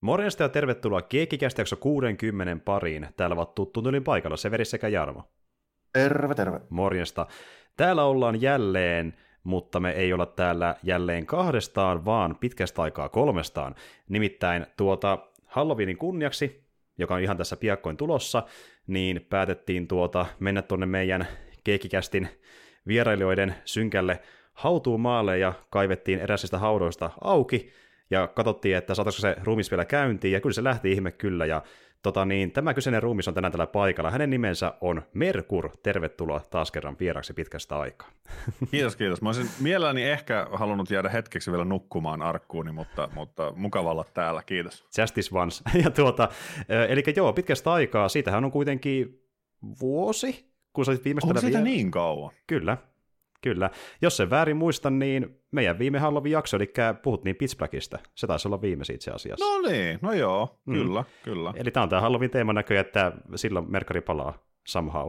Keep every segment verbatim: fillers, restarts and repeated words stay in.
Morjesta ja tervetuloa Geekkikästä jakso kuudenkymmenen pariin. Täällä ovat tuttu tyylin paikalla Severi sekä Jarmo. Terve, terve. Morjesta. Täällä ollaan jälleen, mutta me ei olla täällä jälleen kahdestaan, vaan pitkästä aikaa kolmestaan. Nimittäin tuota Halloweenin kunniaksi, joka on ihan tässä piakkoin tulossa, niin päätettiin tuota mennä tuonne meidän Geekkikästin vierailijoiden synkälle hautuumaalle ja kaivettiin eräsistä haudoista auki, ja katsottiin, että saataisiko se ruumis vielä käyntiin, ja kyllä se lähti ihme kyllä, ja tota niin, tämä kyseinen ruumis on tänään tällä paikalla. Hänen nimensä on Merkur. Tervetuloa taas kerran vieraksi pitkästä aikaa. Kiitos, kiitos. Mä olisin mielelläni ehkä halunnut jäädä hetkeksi vielä nukkumaan arkkuuni, mutta, mutta mukava olla täällä. Kiitos. Just this once. Ja tuota, eli joo, pitkästä aikaa. Siitähän on kuitenkin vuosi, kun sä olit viimeistellä Onko siitä vielä... niin kauan? Kyllä. Kyllä. Jos sen väärin muistan, niin meidän viime Halloween-jakso, eli puhuttiin Pitch Blackista. Se taisi olla viimeisin itse asiassa. No niin, no joo, Mm. kyllä, kyllä. Eli tämä on tämä Halloween-teema näköjään, että silloin Merkari palaa somehow.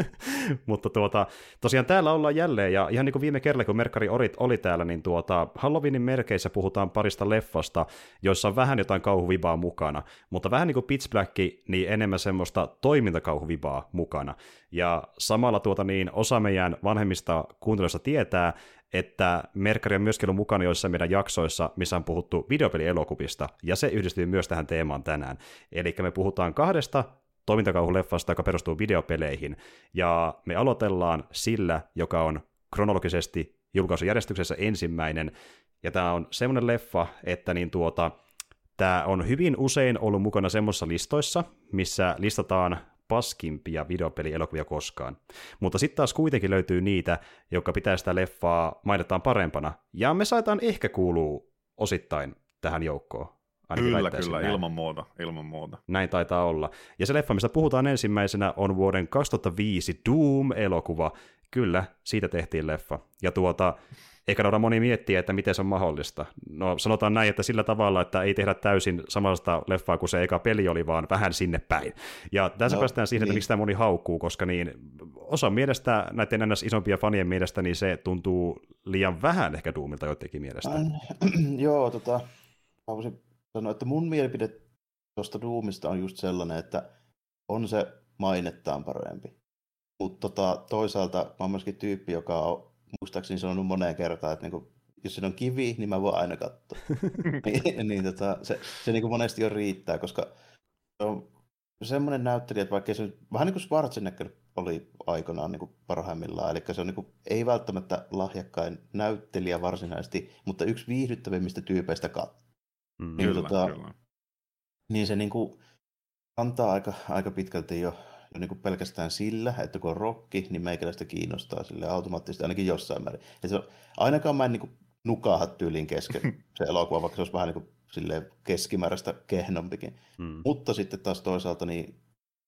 Mutta tuota, tosiaan täällä ollaan jälleen, ja ihan niin kuin viime kerralla, kun Merkari oli, oli täällä, niin tuota, Halloweenin merkeissä puhutaan parista leffasta, joissa on vähän jotain kauhuvibaa mukana, mutta vähän niin kuin Pitch Black, niin enemmän semmoista toimintakauhuvibaa mukana. Ja samalla tuota, niin osa meidän vanhemmista kuuntelijoista tietää, että Merkari on myöskin ollut mukana joissain meidän jaksoissa, missä on puhuttu videopelielokuvista, ja se yhdistyy myös tähän teemaan tänään. Eli me puhutaan kahdesta toimintakauhuleffasta, joka perustuu videopeleihin, ja me aloitellaan sillä, joka on kronologisesti julkaisujärjestyksessä ensimmäinen, ja tämä on semmoinen leffa, että niin tuota, tämä on hyvin usein ollut mukana semmoisissa listoissa, missä listataan paskimpia videopelielokuvia koskaan. Mutta sitten taas kuitenkin löytyy niitä, jotka pitää sitä leffaa mainitaan parempana, ja me saadaan ehkä kuuluu osittain tähän joukkoon. Ainakin Kyllä, kyllä, näin. ilman muuta, ilman muuta. Näin taitaa olla. Ja se leffa, mistä puhutaan ensimmäisenä, on vuoden kaksituhattaviisi Doom-elokuva. Kyllä, siitä tehtiin leffa. Ja tuota, eikä noida moni miettiä, että miten se on mahdollista. No sanotaan näin, että sillä tavalla, että ei tehdä täysin samanlaista leffaa kuin se eka peli oli, vaan vähän sinne päin. Ja tässä no, päästään siihen, niin. että miksi tämä moni haukkuu, koska niin, osa mielestä, näiden ennäs isompia fanien mielestä, niin se tuntuu liian vähän ehkä Doomilta joidenkin mielestä. Äh, joo, tota, mä voisin sanoa, että mun mielipide tuosta Doomista on just sellainen, että on se mainettaan parempi. Mutta tota, toisaalta mä oon myöskin tyyppi, joka on muistaakseni sanonut moneen kertaan, että niinku, jos siinä on kivi, niin mä voin aina katsoa. niin, niin tota, se, se niinku monesti jo riittää, koska se on semmoinen näyttelijä, että vaikka se vähän niin kuin Schwarzenegger oli aikanaan niin kuin parhaimmillaan, eli se on niin kuin, ei välttämättä lahjakkain näyttelijä varsinaisesti, mutta yksi viihdyttävimmistä tyypeistä katsoa. Mm, niin, kyllä, tota, kyllä. niin se niin kuin antaa aika, aika pitkälti jo, jo niin kuin pelkästään sillä, että kun on rokki, niin meikäläistä kiinnostaa sille automaattisesti ainakin jossain määrin. Että se on, ainakaan mä en niin kuin nukaha tyyliin kesken se elokuva, vaikka se olisi vähän niin kuin silleen keskimääräistä kehnompikin. mm. Mutta sitten taas toisaalta niin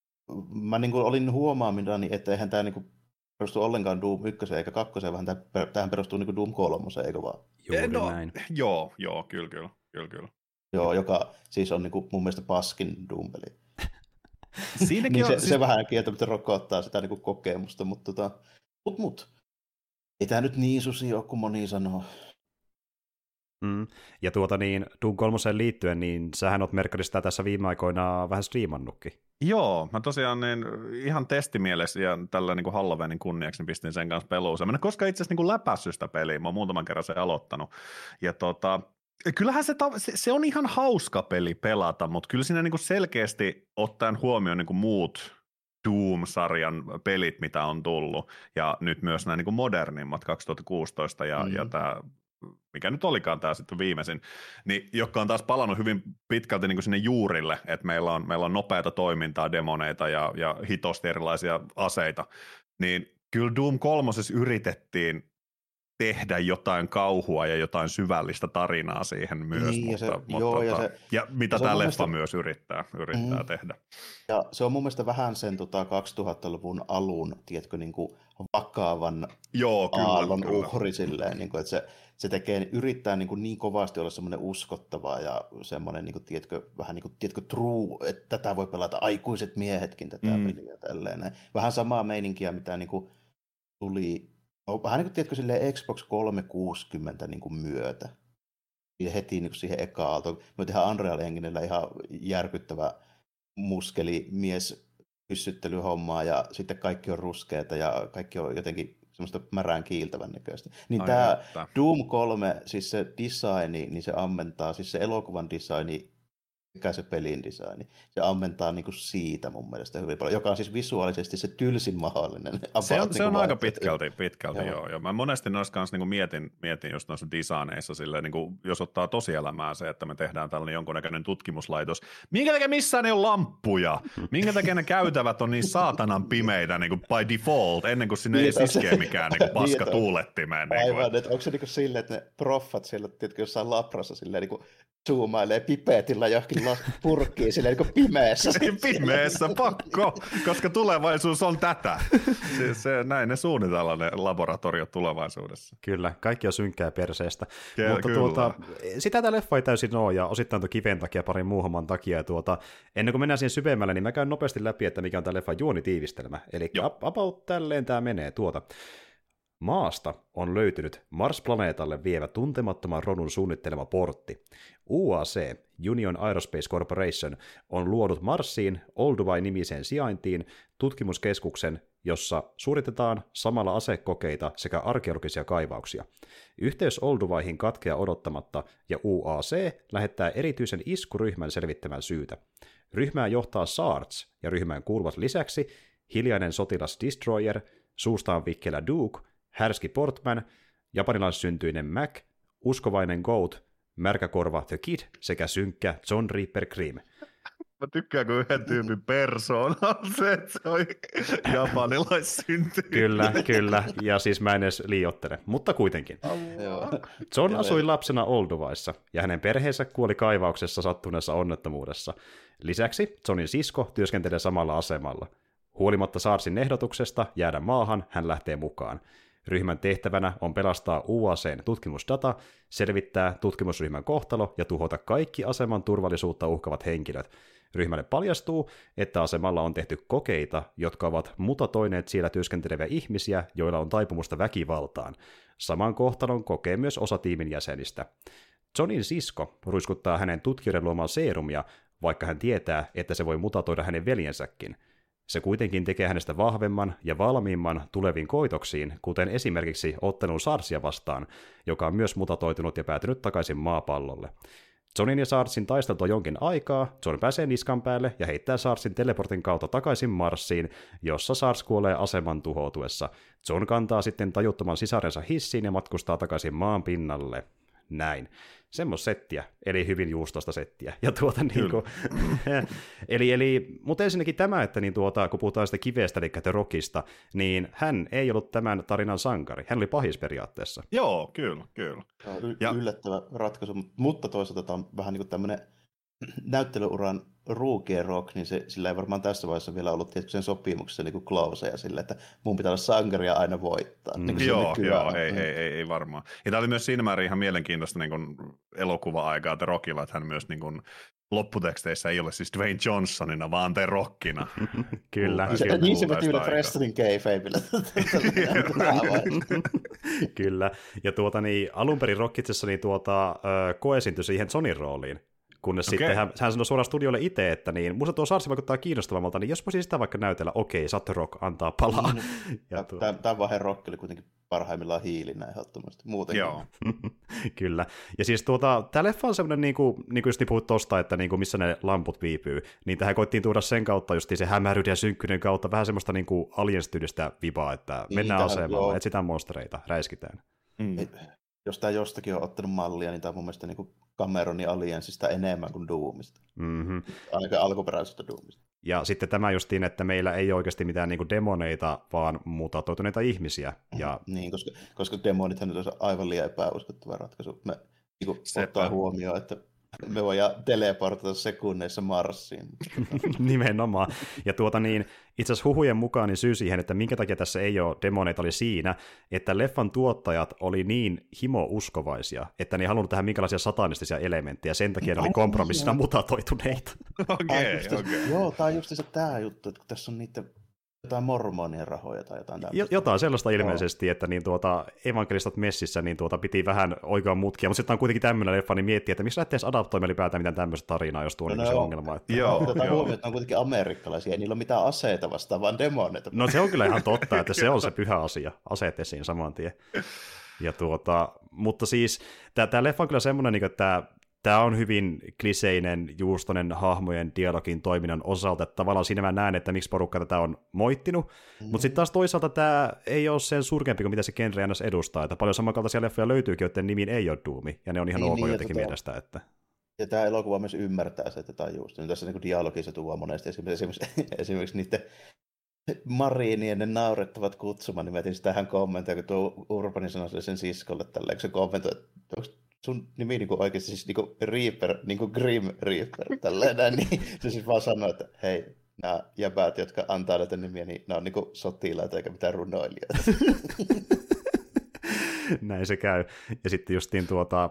mä niin kuin olin huomaaminen, että eihän tämä niin kuin perustu ollenkaan Doom ykköseen eikä kakkoseen, vaan tähän perustuu niin kuin Doom kolmoseen, eikö vaan? Juuri no, näin. Joo, joo, kyllä, kyllä, kyllä, kyllä. Joo, joka siis on niin kuin mun mielestä paskin Doom-peli. Siinäkin niin on, se, siis... se vähän kieltämättä rokottaa sitä niin kuin kokemusta, mutta tota, mut, mut. Ei tämä nyt niin susi ole, kuin moni sanoo. Mm. Ja tuota niin, Doom kolmoseen liittyen, niin sähän oot Merkarista tässä viime aikoina vähän striimannutkin. Joo, mä tosiaan niin ihan testimielessä ja tällä niin kuin Halloweenin kunniaksi niin pistin sen kanssa peluuseen. Mä en koskaan itse asiassa niin läpässyt sitä peliä, mä oon muutaman kerran sen aloittanut. Ja tota, kyllähän se, se, se on ihan hauska peli pelata, mutta kyllä siinä niin kuin selkeästi ottaen huomioon niin kuin muut Doom-sarjan pelit, mitä on tullut, ja nyt myös nämä niin kuin modernimmat kaksituhattakuusitoista ja, mm. ja tämä, mikä nyt olikaan tämä sitten viimeisin, niin, jotka on taas palannut hyvin pitkälti niin kuin sinne juurille, että meillä on, meillä on nopeata toimintaa, demoneita ja, ja hitosti erilaisia aseita, niin kyllä Doom kolmosessa yritettiin tehdä jotain kauhua ja jotain syvällistä tarinaa siihen myös, niin, mutta, ja, se, mutta, joo, tota, ja, se, ja mitä ja tämä leffa mielestä, myös yrittää, yrittää mm, tehdä. Ja se on mun mielestä vähän sen tota, kaksituhattaluvun alun, tiedätkö, niin kuin vakavan joo, kyllä, aallon kyllä. uhri silleen, niin kuin, että se, se tekee, yrittää niin, kuin niin kovasti olla semmoinen uskottava ja semmoinen, niin kuin, tiedätkö, vähän niin kuin, tiedätkö, true, että tätä voi pelata aikuiset miehetkin tätä mm. peliä tälleen. Vähän samaa meininkiä, mitä niin kuin, tuli, no, vähän niin kuin, tiedätkö, silleen Xbox kolmesataakuusikymmentä niin kuin myötä. heti niin siihen eka aaltoon. Me tehdään Unreal Enginellä ihan järkyttävä muskelimies pyssyttelyhommaa ja sitten kaikki on ruskeata ja kaikki on jotenkin semmoista märään kiiltävän näköistä. Niin Ai tämä että. Doom kolme, siis se designi, niin se ammentaa, siis se elokuvan designi sekä se pelin designi, se ammentaa niinku siitä mun mielestä hyvin paljon, joka on siis visuaalisesti se tylsin mahdollinen. Se on, About, se on niinku aika vaan, pitkälti, pitkälti joo. joo. joo. Mä monesti noissa kanssa niin mietin, mietin just noissa designeissa, silleen, niin kuin, jos ottaa tosielämää se, että me tehdään tällainen jonkunnäköinen tutkimuslaitos. Minkä takia missään ei ole lamppuja? Minkä takia ne käytävät on niin saatanan pimeitä niin kuin by default, ennen kuin sinne ei iskee mikään niin kuin paska tuulettimeen. Niin Aivan, kuin, että onko se niinku silleen, että ne proffat siellä tietysti jossain labrassa silleen niinku zoomailee pipeetillä johonkin purkkiin silleen niinku pimeässä. Pimeässä, pakko, koska tulevaisuus on tätä. Siis se, näin ne suunnitellaan ne laboratoriot tulevaisuudessa. Kyllä, kaikki on synkkää perseestä. Ke- Mutta kyllä. tuota, sitä tämä leffa ei täysin ole, ja osittain tuon kiven takia parin muuhomman takia. Ja tuota, ennen kuin mennään siihen syvemmälle, niin mä käyn nopeasti läpi, että mikä on tämä leffan juonitiivistelmä. Eli about tälleen tämä menee tuota. Maasta on löytynyt Mars-planeetalle vievä tuntemattoman rodun suunnittelema portti. U A C, Union Aerospace Corporation, on luonut Marsiin Olduvai-nimiseen sijaintiin tutkimuskeskuksen, jossa suoritetaan samalla asekokeita sekä arkeologisia kaivauksia. Yhteys Olduvaihin katkeaa odottamatta, ja U A C lähettää erityisen iskuryhmän selvittämään syytä. Ryhmää johtaa Sarge, ja ryhmään kuuluvat lisäksi hiljainen sotilas Destroyer, suustaan vikkelä Duke, härski Portman, japanilaissyntyinen Mac, uskovainen Goat, märkäkorva The Kid sekä synkkä John Reaper Grimm. Mä tykkään, kun yhden tyypin persoona on se, että se on japanilaissyntyinen. Kyllä, kyllä, ja siis mä en edes liioittele, mutta kuitenkin. Joo. John asui lapsena Olduvaissa, ja hänen perheensä kuoli kaivauksessa sattuneessa onnettomuudessa. Lisäksi Johnin sisko työskentelee samalla asemalla. Huolimatta Sarsin ehdotuksesta jäädä maahan, hän lähtee mukaan. Ryhmän tehtävänä on pelastaa U A C:n tutkimusdata, selvittää tutkimusryhmän kohtalo ja tuhota kaikki aseman turvallisuutta uhkavat henkilöt. Ryhmälle paljastuu, että asemalla on tehty kokeita, jotka ovat mutatoineet siellä työskenteleviä ihmisiä, joilla on taipumusta väkivaltaan. Saman kohtalon kokee myös osa tiimin jäsenistä. Johnin sisko ruiskuttaa hänen tutkijoiden luomaan seerumia, vaikka hän tietää, että se voi mutatoida hänen veljensäkin. Se kuitenkin tekee hänestä vahvemman ja valmiimman tuleviin koitoksiin, kuten esimerkiksi ottelun Sarsia vastaan, joka on myös mutatoitunut ja päätynyt takaisin maapallolle. Johnin ja Sarsin taisteltua jonkin aikaa, John pääsee niskan päälle ja heittää Sarsin teleportin kautta takaisin Marsiin, jossa Sars kuolee aseman tuhoutuessa. John kantaa sitten tajuttoman sisarensa hissiin ja matkustaa takaisin maan pinnalle. Näin. Semmoista settiä, eli hyvin juustosta settiä. Ja tuota, niin kuin, eli, eli, mutta ensinnäkin tämä, että niin tuota, kun puhutaan sitä kivestä, eli The Rockista, niin hän ei ollut tämän tarinan sankari. Hän oli pahis periaatteessa. Joo, kyllä, kyllä. Y- ja... Yllättävä ratkaisu, mutta toisaalta tämä on vähän niin kuin tämmöinen näyttelyyuran Rookie Rock, niin se, sillä ei varmaan tässä vaiheessa vielä ollut tietysti sen sopimuksessa niin kuin klauseja sille, että mun pitää olla sankaria aina voittaa. Mm. Niin joo, joo ei, ei, ei, ei varmaan. Ja tämä oli myös siinä määrin ihan mielenkiintoista niin kuin elokuva-aikaa The Rockilla, että hän myös niin kuin lopputeksteissä ei ole siis Dwayne Johnsonina, vaan The Rockina. Kyllä. Niin se, kyllä. niin se veti yhdet wrestling kayfabeillä. Kyllä. Ja tuota niin, alun perin Rockitsessa niin tuota, koesintyi siihen Sonin rooliin. Kunnes okay. sitten hän, hän sanoi suoraan studiolle itse, että niin, musta tuo Sarsi vaikuttaa kiinnostavammalta, niin jos voisi sitä vaikka näytellä, okei, Sat Rock antaa palaa. Ja tuo... Tämä vaihe Rock oli kuitenkin parhaimmillaan hiilinä ehdottomasti. Muutenkin. Joo. Kyllä. Ja siis tuota, tämä leffa on semmoinen, niin kuin, niin kuin just niin puhut tosta, että niin kuin missä ne lamput viipyy, niin tähän koittiin tuoda sen kautta just se hämäryyden ja synkkyyden kautta vähän semmoista niin kuin Aliens-tyylistä vibaa, että niin, mennään asemalla, etsitään monstereita, räiskitään. Mm. Et, jos tämä jostakin on ottanut mallia, niin tämä on mun mielestä niin kuin Cameronin Aliensista enemmän kuin Doomista. Mm-hmm. Ainakin alkuperäisestä Doomista. Ja sitten tämä justiin, että meillä ei oikeasti mitään niin kuin demoneita, vaan mutatoituneita ihmisiä. Ja... Niin, koska, koska demonithan nyt on aivan liian epäuskottava ratkaisu. Me niin ottaa huomioon, että me voidaan teleportata sekunneissa Marsiin. Nimenomaan. Ja tuota niin, itse asiassa huhujen mukaan niin syy siihen, että minkä takia tässä ei ole demoneita, oli siinä, että leffan tuottajat oli niin himo-uskovaisia, että ne ei halunnut tähän minkälaisia satanistisia elementtejä, sen takia ne oli kompromissina mutatoituneita. Okei, okei. Joo, tämä on just se tämä juttu, että kun tässä on niiden jotain mormonien rahoja tai jotain tämmöistä. Jotain sellaista ilmeisesti, että niin tuota, evankelistat messissä niin tuota, piti vähän oikoa mutkia, mutta sitten on kuitenkin tämmöinen leffa, niin miettii, että miksi lähtee edes adaptoimaan ylipäätään mitään tämmöistä tarinaa, jos tuo no, on no, se ongelma. Että... Joo, otetaan joo. huomioon, että on kuitenkin amerikkalaisia, ei niillä ole mitään aseita vastaan, vaan demoneita. No se on kyllä ihan totta, että se on se pyhä asia, aseet esiin saman tien. Ja tuota, mutta siis tämä leffa on kyllä semmoinen, että tämä on hyvin kliseinen, juustonen hahmojen dialogin toiminnan osalta, että tavallaan siinä mä näen, että miksi porukka tätä on moittinut, mm. mutta sitten taas toisaalta tämä ei ole sen surkeampi kuin mitä se genre ennäs edustaa, että paljon samankaltaisia leffoja löytyykin, joiden nimiin ei ole Doomi, ja ne on ihan niin, ok niin, jotenkin tota... mielestä. Että... Ja tämä elokuva myös ymmärtää se, että tämä on just. Tässä niin dialogissa tuo monesti esimerkiksi, esimerkiksi niiden Mariinien ne naurettavat kutsuman, niin mä etin sitä hän kommentoi, kun tuo Urbani sanoi sen siskolle tälleen, kun se kommentoi, että onko sun nimi niin oikeasti siis niin Reaper, niin kuin Grim Reaper, tälleen näin, niin se siis vaan sanoi, että hei, nämä jäbät, jotka antaa näitä nimiä, niin nämä on niin sotilaita eikä mitään runoilijoita. Näin se käy. Ja sitten justiin tuota...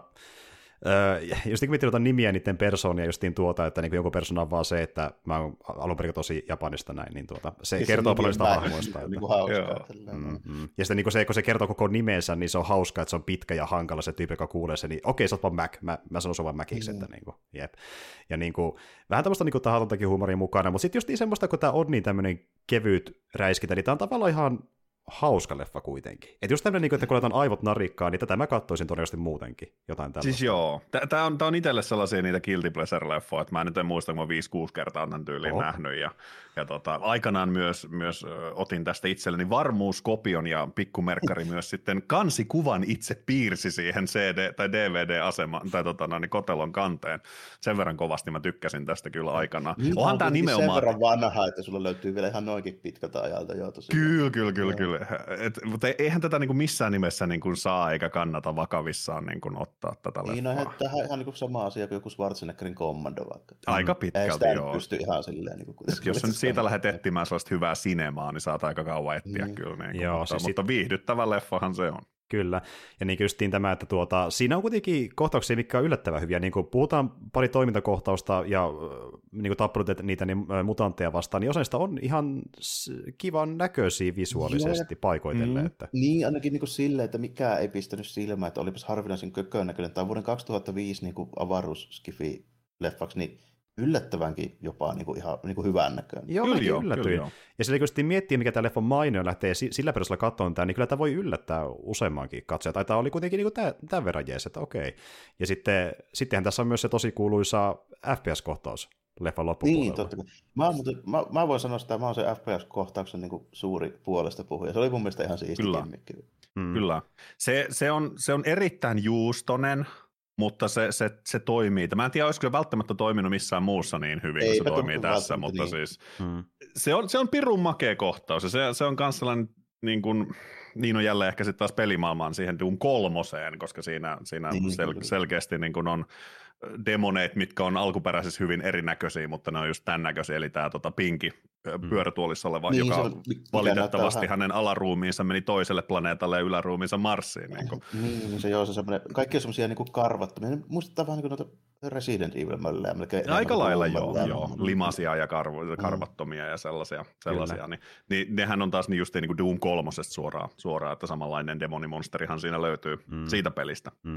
Öö, just niin kuin nimiä niiden persoonia justiin tuota, että niin joku persona on vaan se, että mä oon alun perin tosi Japanista näin, niin tuota, se ja kertoo paljon sitä hahmoista. Että... Niin hauskaa. Mm-hmm. Ja sitten niin se, kun se kertoo koko nimensä, niin se on hauskaa, että se on pitkä ja hankala se tyyppi, joka kuulee sen, niin okei, sä oot vaan Mac, mä, mä sanon sun vaan Maciksi, mm. että niin kuin, jep. Ja niin kuin, vähän tämmöistä niin tahatontakin huumoria mukana, mutta sitten just niin semmoista, kun tää on niin tämmöinen kevyt räiskintä, niin tää on tavallaan ihan hauska leffa kuitenkin. Että just tämmöinen, että kun laitetaan aivot narikkaan, niin tätä mä katsoisin todennäköisesti muutenkin. Jotain tällaista. Siis joo. Tämä on, on itselle sellaisia niitä guilty pleasure-leffoja, että mä nyt en muista, kun mä viisi kuusi kertaa tämän tyyliin oh. nähnyt. Ja, ja tota, aikanaan myös, myös ö, otin tästä itselleni varmuuskopion ja pikkumerkkari myös sitten kansikuvan itse piirsi siihen C D- tai D V D-asemaan tai tota, no, niin kotelon kanteen. Sen verran kovasti mä tykkäsin tästä kyllä aikanaan. Niin, onhan tämä nimenomaan... Sen verran vanha, että sulla löytyy vielä ihan noinkin pitkältä ajalta jo tosiaan. Kyllä, kyllä, kyllä. kyllä. Et, mutta eihän tätä niin kuin missään nimessä niin kuin saa eikä kannata vakavissaan niin kuin ottaa tätä leffaa. Niin, no tämä on ihan niin kuin sama asia kuin joku Schwarzeneggerin Commando vaikka. Aika pitkälti, ei joo. Pysty ihan silleen. Niin kuin, jos nyt siitä lähdet etsimään sellaista hyvää sinemaa, niin saat aika kauan etsiä mm. kyllä. Niin joo, mutta, mutta viihdyttävä leffahan se on. Kyllä, ja niin justiin tämä, että tuota, siinä on kuitenkin kohtauksia, mitkä on yllättävän hyviä. Niin kun puhutaan pari toimintakohtausta ja niin tappelut niitä niin, mutantteja vastaan, niin osa niistä on ihan kivan näköisiä visuaalisesti paikoitellen. Mm, että... Niin, ainakin niin silleen, että mikään ei pistänyt silmään, että olipas harvinaisen kökön näköinen. Tämä vuoden kaksituhattaviisi niin avaruusskifi-leffaksi, niin yllättävänkin jopa niin kuin ihan niin kuin hyvän näköinen. Joo, mäkin yllätyin. Ja sillä kun miettii, mikä tämä leffan maine on, lähtee sillä perusteella katsomaan tämän, niin kyllä tämä voi yllättää useammankin katsoja. Tai tämä oli kuitenkin niin kuin tämän verran jees, että okei. Ja sitten, sittenhän tässä on myös se tosi kuuluisa F P S-kohtaus leffan loppupuolella. Niin, totta. Mä, mä, mä voin sanoa sitä, että mä oon se F P S-kohtauksen niin kuin suuri puolesta puhuja. Se oli mun mielestä ihan siisti kimmikki. Mm. Kyllä. Se, se, on, se on erittäin juustonen, mutta se, se, se toimii. Mä en tiedä, olisiko se välttämättä toiminut missään muussa niin hyvin, kun se toimii tässä, mutta niin. siis hmm. se, on, se on pirun makea kohtaus, ja se, se on myös sellainen, niin, kuin, niin on jälleen ehkä sitten taas pelimaailmaan siihen Doom kolmoseen, koska siinä, siinä niin, sel, selkeästi niin kuin on demoneet, mitkä on alkuperäisesti hyvin erinäköisiä, mutta ne on just tämän näköisiä, eli tämä tota, Pinki mm. pyörätuolissa oleva, niin, joka on, valitettavasti hänen alaruumiinsa meni toiselle planeetalle ja yläruumiinsa Marsiin. Niin, niin, niin se joo, se semmoinen, kaikki on semmoisia niin karvattomia, muistetaan vähän niin kuin noita Resident Evil-möllejä. Aika lailla joo, joo, limasia ja karv- karvattomia mm. ja sellaisia, sellaisia niin, niin nehän on taas niin just niin kuin Doom kolmosesta suoraan, suoraan, että samanlainen demonimonsterihan siinä löytyy mm. siitä pelistä. Mm.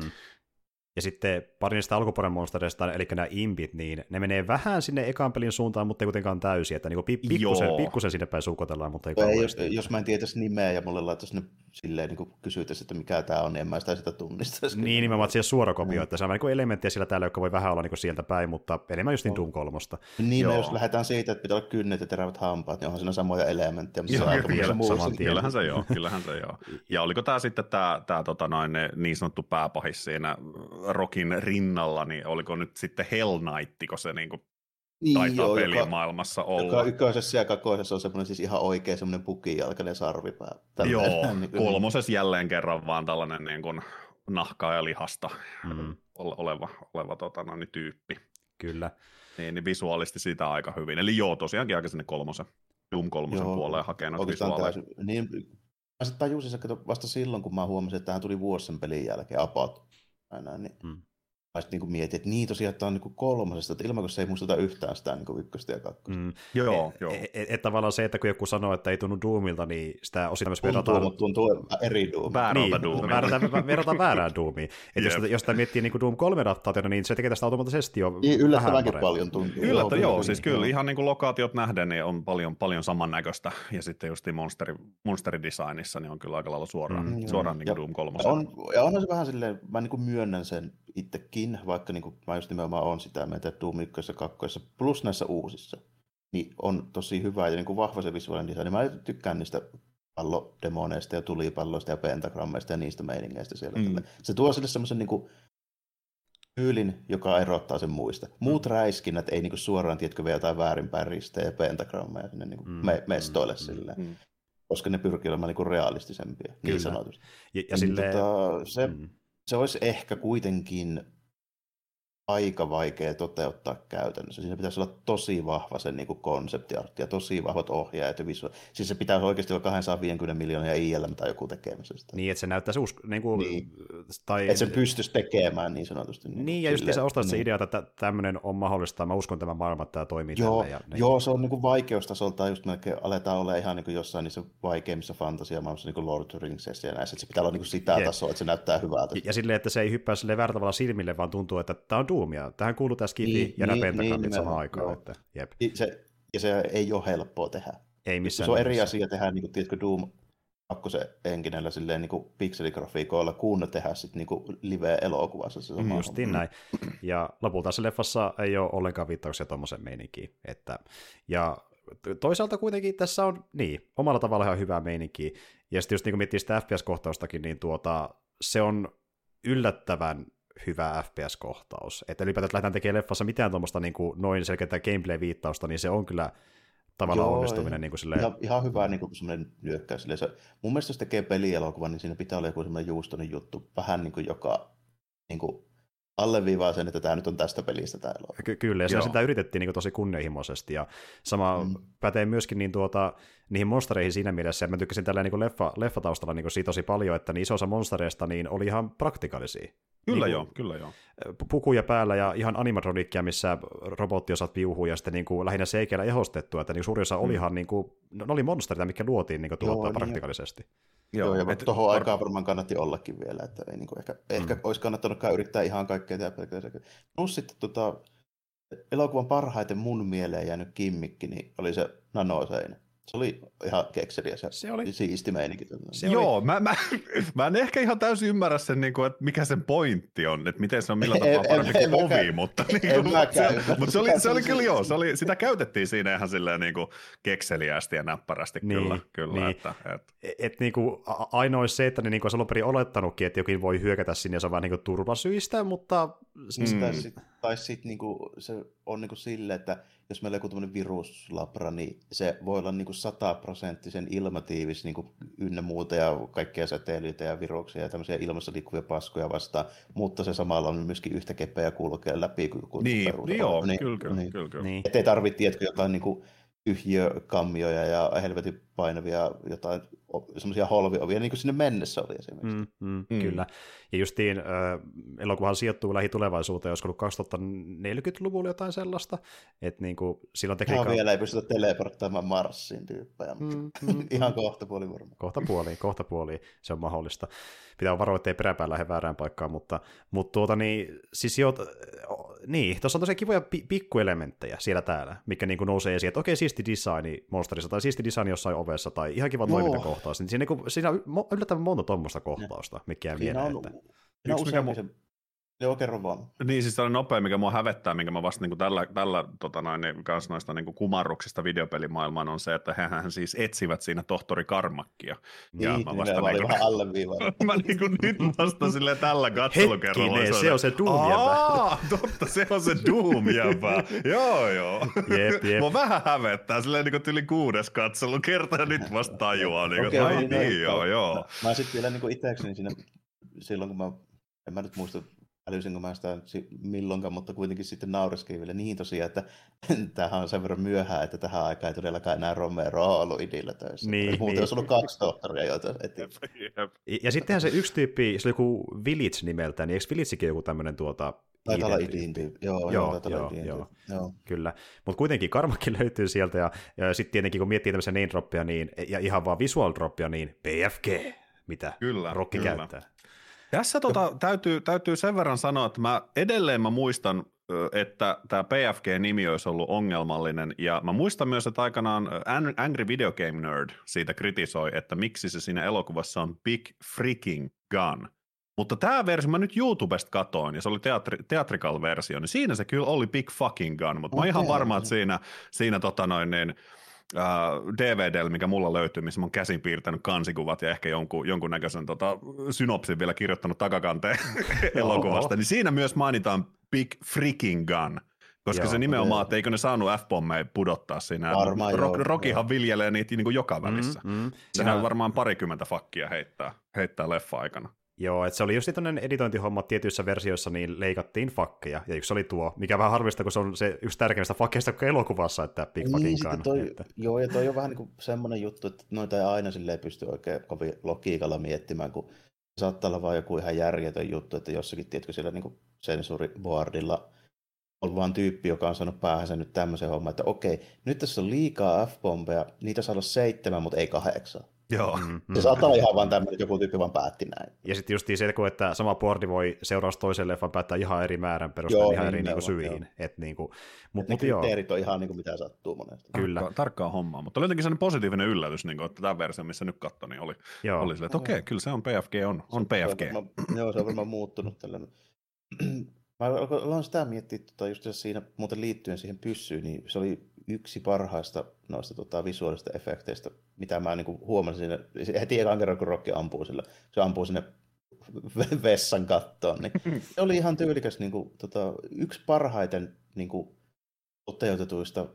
Ja sitten pari niistä alkuperäisen monstereista, eli nämä impit, niin ne menee vähän sinne ekan pelin suuntaan, mutta ei kuitenkaan täysin, että niin pikkusen, pikkusen sinne päin suukotellaan, mutta ei, ei jos, jos mä en tietäisi nimeä ja mulle laittaisi ne silleen niin kysytäisi, että mikä tämä on, niin en mä sitä, sitä tunnistaisi. Niin, nimenomaan siihen suorakopio, mm. että se on niin elementtejä sillä täällä, jotka voi vähän olla niin sieltä päin, mutta enemmän just niin Doom kolmosta. Niin, jos lähdetään siitä, että pitää olla kynnet ja terävät hampaat, niin onhan siinä samoja elementtejä. Joo, kyllä, kyllähän se joo, kyllähän se joo. Ja oliko tämä sitten tämä, tämä tota noin, niin sanottu pääpahis siinä Rockin rinnalla, niin oliko nyt sitten Hell Knight, se niin kuin taitaa niin, pelimaailmassa olla. Joka ykkösessä ja kakoisessa on semmoinen siis ihan oikein semmoinen pukijalkainen sarvipää. Joo, kolmosessa jälleen kerran vaan tällainen niin kuin nahkaa ja lihasta mm. oleva, oleva tota, no, niin tyyppi. Kyllä. Niin, niin visuaalisesti sitä aika hyvin. Eli joo, tosiaankin aika sinne kolmosen, Doom kolmosen joo, puoleen hakee noita visuaaleja. Niin, mä sitten tajusin se vasta silloin, kun mä huomasin, että tähän tuli vuosi sen pelin jälkeen, about. Aina, niin. Mm. Mä sitten niin mietin, että niin tosiaan, että on niin kolmosesta, että ilman kun se ei muistuta yhtään sitä niin ykköstä ja kakkosta. Mm. Joo, et, joo. Et, et, et tavallaan se, että kun joku sanoo, että ei tunnu Doomilta, niin sitä osittain myös tuntuu, verrataan... mutta tuntuu eri Doomilta. Väärältä niin, Doomilta. Verrataan, verrataan väärään Doomiin. Että yep. jos, jos sitä miettii niin kuin Doom kolme adaptaationa, niin se tekee tästä automaattisesti jo niin, yllättävänkin vähän paljon tuntuu. Yllättä, joo, joo, siis kyllä joo. Ihan niin kuin lokaatiot nähden niin on paljon, paljon samannäköistä. Ja sitten just monsteri, monsteridesignissa niin on kyllä aika lailla suoraan, mm, suoraan niin kuin Doom kolme. On, ja onhan se vähän silleen, mä niin kuin myönnän sen itsekin, vaikka niin kuin mä just nimenomaan on sitä mieltä, että Doom ykkössä, kakkoissa, plus näissä uusissa, niin on tosi hyvä ja niin kuin vahva se visuaalinen design. Mä tykkään niistä pallodemoneista ja tulipalloista ja pentagrammeista ja niistä meiningeistä siellä. Mm. Se tuo sille semmoisen niin kuin tyylin, joka erottaa sen muista. Muut mm. räiskinnät ei niin kuin suoraan, tiedätkö, vielä jotain väärinpäin ristejä ja pentagrammeja sinne niin kuin mm. me- mestoille mm. silleen. Mm. Koska ne pyrkii olemaan niin kuin realistisempia, Kyllä. niin sanotusti. Ja, ja silleen... tota, se, mm. se olisi ehkä kuitenkin aika vaikea toteuttaa käytännössä. Siinä pitäisi olla tosi vahva sen niin konseptiartti ja tosi vahvat ohjaajat ja visuaali. Siis se pitäisi oikeasti olla kaksisataaviisikymmentä miljoonaa I L M tai joku tekemässä sitä. Niin, että se näyttäisi usko... Niin kuin, niin. Tai... Että sen pystyisi tekemään niin sanotusti. Niin, niin ja just sä ostat niin. se idea, että tämmöinen on mahdollista. Mä uskon tämän maailman, että tämä toimii joo, tälle. Ja, niin. Joo, se on niin kuin vaikeustasolta just melkein aletaan olla ihan niin kuin jossain niissä vaikeimmissa fantasiamaailmassa, niin kuin Lord of the Ringsissa ja näissä. Että se pitää olla niin kuin sitä yeah. tasoa, että se näyttää hyvältä. Ja, ja silleen, että se ei hyppää silleen väärällä silmille, vaan tuntuu, että tämä on Doomia. Tähän kuuluu tämä skifi niin, ja nämä niin, pentagramit niin, samaan aikaan. Että, jep. Se, ja se ei ole helppoa tehdä. Ei missään. Se on eri asia tehdä, niin kuin, tiedätkö, Doom kakkosen enkinellä silleen niin kuin pikseligrafiikoilla, kun tehdä sitten niin kuin live-elokuvassa. Se mm, justiin näin. Ja lopulta se leffassa ei ole ollenkaan viittauksia tuommoisen meininkiin. Että, ja toisaalta kuitenkin tässä on niin, omalla tavalla ihan hyvää meininkiä. Ja sitten just niin kuin miettii sitä F P S-kohtaustakin, niin tuota, se on yllättävän hyvä F P S-kohtaus. Että ylipäätään, että lähdetään tekemään leffassa mitään tuommoista niin kuin noin selkeää gameplay-viittausta, niin se on kyllä tavallaan Joo, onnistuminen. Niin kuin silleen... ihan, ihan hyvä niin kuin semmoinen nyökkäys. Se, mun mielestä jos tekee pelielokuvan, niin siinä pitää olla joku semmoinen juustoinen juttu, vähän niin kuin joka niin kuin alleviivaa sen, että tämä nyt on tästä pelistä tämä elokuva. Ky- kyllä, ja sitä yritettiin niin kuin tosi kunnianhimoisesti, ja sama mm. pätee myöskin niin tuota, niihin monstereihin siinä mielessä, ja mä tykkäsin tällä niin leffa, leffataustalla niin siitä tosi paljon, että niin iso osa monstereista niin oli ihan praktikaalisia. Kyllä niin joo, kyllä joo. Pukuja päällä ja ihan animatroniikkia, missä robotti osaat viuhua ja sitten niin kuin lähinnä seikeillä ehostettua, että niin suurin osa mm. olihan, niin kuin, ne oli monstereita, mitkä luotiin niin kuin tuottaa praktikaalisesti. Niin. Joo, ja tuohon var... aikaan varmaan kannatti ollakin vielä, että ei, niin kuin ehkä, mm. ehkä olisi kannattanutkaan yrittää ihan kaikkea tehdä pelkästään. Plus sitten tota, elokuvan parhaiten mun mieleen jäänyt kimmikki, niin oli se nanoseinä. Se oli ihan kekseliä se, se oli siisti meininki. Se Joo, oli... mä, mä, mä en ehkä ihan täysin ymmärrä sen, niin kuin, että mikä sen pointti on, että miten se on millä tapaa parempi kuin ovi, mutta, niin kuin, se, mutta se, oli, se oli kyllä joo, se oli, sitä käytettiin siinä ihan silleen niin kuin kekseliästi ja näppärästi niin, kyllä. kyllä niin. Että, että. Et, et, niin kuin, ainoa olisi se, että ne niin kuin olisi alun perin olettanutkin, että jokin voi hyökätä sinne ja se on vähän niin kuin turvasyistä, mutta... Mm. Tai sitten sit, niin se on niin kuin silleen, että jos meillä on joku tämmöinen viruslabra, niin se voi olla niin kuin sataprosenttisen ilmatiivis niin kuin ynnä muuta ja kaikkea säteilyitä ja viruksia ja tämmöisiä ilmassa liikkuvia paskoja vastaan, mutta se samalla on myöskin yhtä kepeä kulkea läpi kuin niin, niin joo, niin, kyllä, kyllä, niin. kyllä, kyllä. Niin. Että ei tarvitse, tiedätkö, jotain niin kuin tyhjökammioja ja helvetin painavia jotain semmoisia holviovia, niin kuin sinne mennessä oli esimerkiksi. Mm, mm, mm. Kyllä. Ja justiin äh, elokuvahan sijoittuu lähitulevaisuuteen, olisiko ollut kaksituhattaneljäkymmentäluvulla jotain sellaista, että niin kuin silloin tekniikka... Ihan vielä ei pystytä teleporttaamaan Marsiin tyyppejä, mutta mm, mm, ihan kohta puoli varmaan. Kohta puoliin, kohta puoliin, se on mahdollista. Pitää varoa, ettei peräpää lähde väärään paikkaan, mutta, mutta tuota niin, siis jo, niin, tuossa on tosiaan kivoja pi- pikkuelementtejä siellä täällä, mikä niin kuin nousee esiin, että okei, siisti designi monsterissa, tai siisti designi jossain ovessa, tai ihan kiva toimintakohtaus, niin siinä, niin siinä on yllättävän monta tuommoista kohtausta, mikä jää mieleen. Että... Yksi, mikä mu... Joo, kerro vaan. Niin, siis tällainen nopea, mikä mua hävettää, minkä mä vasta niin kuin tällä, tällä tota noin, kanssa noista niin kuin kumarruksista videopelimaailmaan on se, että hehän siis etsivät siinä tohtori Karmakkia. Ja niin, mä vasta niin kuin, vähän alleviivaan. Mä niin kuin nyt vasta silleen tällä katselukerralla. Hetkinen, se on se Doom-jäpä. Totta, se on se Doom-jäpä. joo, joo. Jep, jep. Mua vähän hävettää, silleen niin kuin yli kuudes katselu kerta ja nyt vasta tajuaa. Niin, okay, ai niin, niin joo, joo. Mä, mä sitten vielä niin itsekseni siinä, silloin kun mä, en mä nyt muista, älysinkö mä sitä milloinkaan, mutta kuitenkin sitten naureskelin vielä niin tosiaan, että tämähän on sen verran myöhään, että tähän aikaan ei todellakaan enää Romero ollut idillä töissä. Niin, muuten niin. olisi ollut kaksi tohtoria, joita etin. Ja sittenhän se yksi tyyppi, se oli joku Village nimeltään, niin eikö Villagekin joku tämmöinen tuota, Taitaa olla Idin Idin tyyppi. tyyppi. Joo, Joo, joo, joo, Idin joo. joo. Kyllä. Mutta kuitenkin Karmakin löytyy sieltä, ja, ja sitten tietenkin kun miettii tämmöisiä name droppia, niin, ja ihan vaan visual droppia, niin P F G, mitä Kyllä, Rokki kyllä. käyttää. Tässä tota, täytyy, täytyy sen verran sanoa, että mä edelleen mä muistan, että tämä P F G-nimi olisi ollut ongelmallinen, ja mä muistan myös, että aikanaan Angry Video Game Nerd siitä kritisoi, että miksi se siinä elokuvassa on Big Freaking Gun. Mutta tämä versio, mä nyt YouTubesta katoin, ja se oli teatri, theatrical-versio, niin siinä se kyllä oli Big Fucking Gun, mutta okay. Mä oon ihan varma, että siinä, siinä tota noin, niin, uh, D V D:llä, mikä mulla löytyy, missä mä oon käsin piirtänyt kansikuvat ja ehkä jonkun, jonkunnäköisen tota, synopsin vielä kirjoittanut takakanteen elokuvasta, niin siinä myös mainitaan Big Freaking Gun. Koska joo, se nimenomaan, että eikö ne saanut F-pommeja pudottaa siinä. Varmaan Rock, joo. Rockihan viljelee niitä niin kuin joka välissä. Mm, mm. Sehän varmaan parikymmentä fakkia heittää, heittää leffa-aikana. Joo, että se oli just tämmöinen editointihomma tietyissä versioissa, niin leikattiin fakkeja, ja yksi oli tuo, mikä vähän harvista, kun se on se yksi tärkeimmistä fakkeista koko elokuvassa, että Big Fucking niin, Gun. toi, että... Joo, ja toi on vähän niin kuin semmoinen juttu, että noita ei aina silleen pysty oikein kovin logiikalla miettimään, kun saattaa olla vaan joku ihan järjetön juttu, että jossakin, tiedätkö, siellä niin kuin sensuuriboardilla on vaan tyyppi, joka on saanut päähänsä nyt tämmöisen homman, että okei, nyt tässä on liikaa F-bombeja, niitä saa olla seitsemän, mutta ei kahdeksan. Joo. Mm, mm, se saattaa olla ihan vaan tämmöinen, että joku tyyppi vaan päätti näin. Ja sitten just se, että sama boardi voi seuraavaksi toiselle leffan päättää ihan eri määrän perusteella ihan niin, eri niinku on, syihin. Et niinku, mut, et mut ne joo. kriteerit on ihan niin kuin mitä sattuu monesti. Kyllä. Tarkkaa, tarkkaa hommaa, mutta oli jotenkin sellainen positiivinen yllätys, niin kuin, että tämä versio, missä nyt katsoi, niin oli, oli sille, että okei, kyllä se on P F G, on, on P F G. Se on varmaan, joo, se on varmaan muuttunut tällainen. Mä aloin sitä miettiä tota, just siinä muuten liittyen siihen pyssyyn, niin se oli yksi parhaista noista tota, visuaalista efekteistä, mitä mä niinku huomasin siinä, heti ekan kerran kun Rocky ampuu sillä, se ampuu sinne vessan kattoon, niin se oli ihan tyylikäs niinku, tota, yksi parhaiten niinku, toteutetuista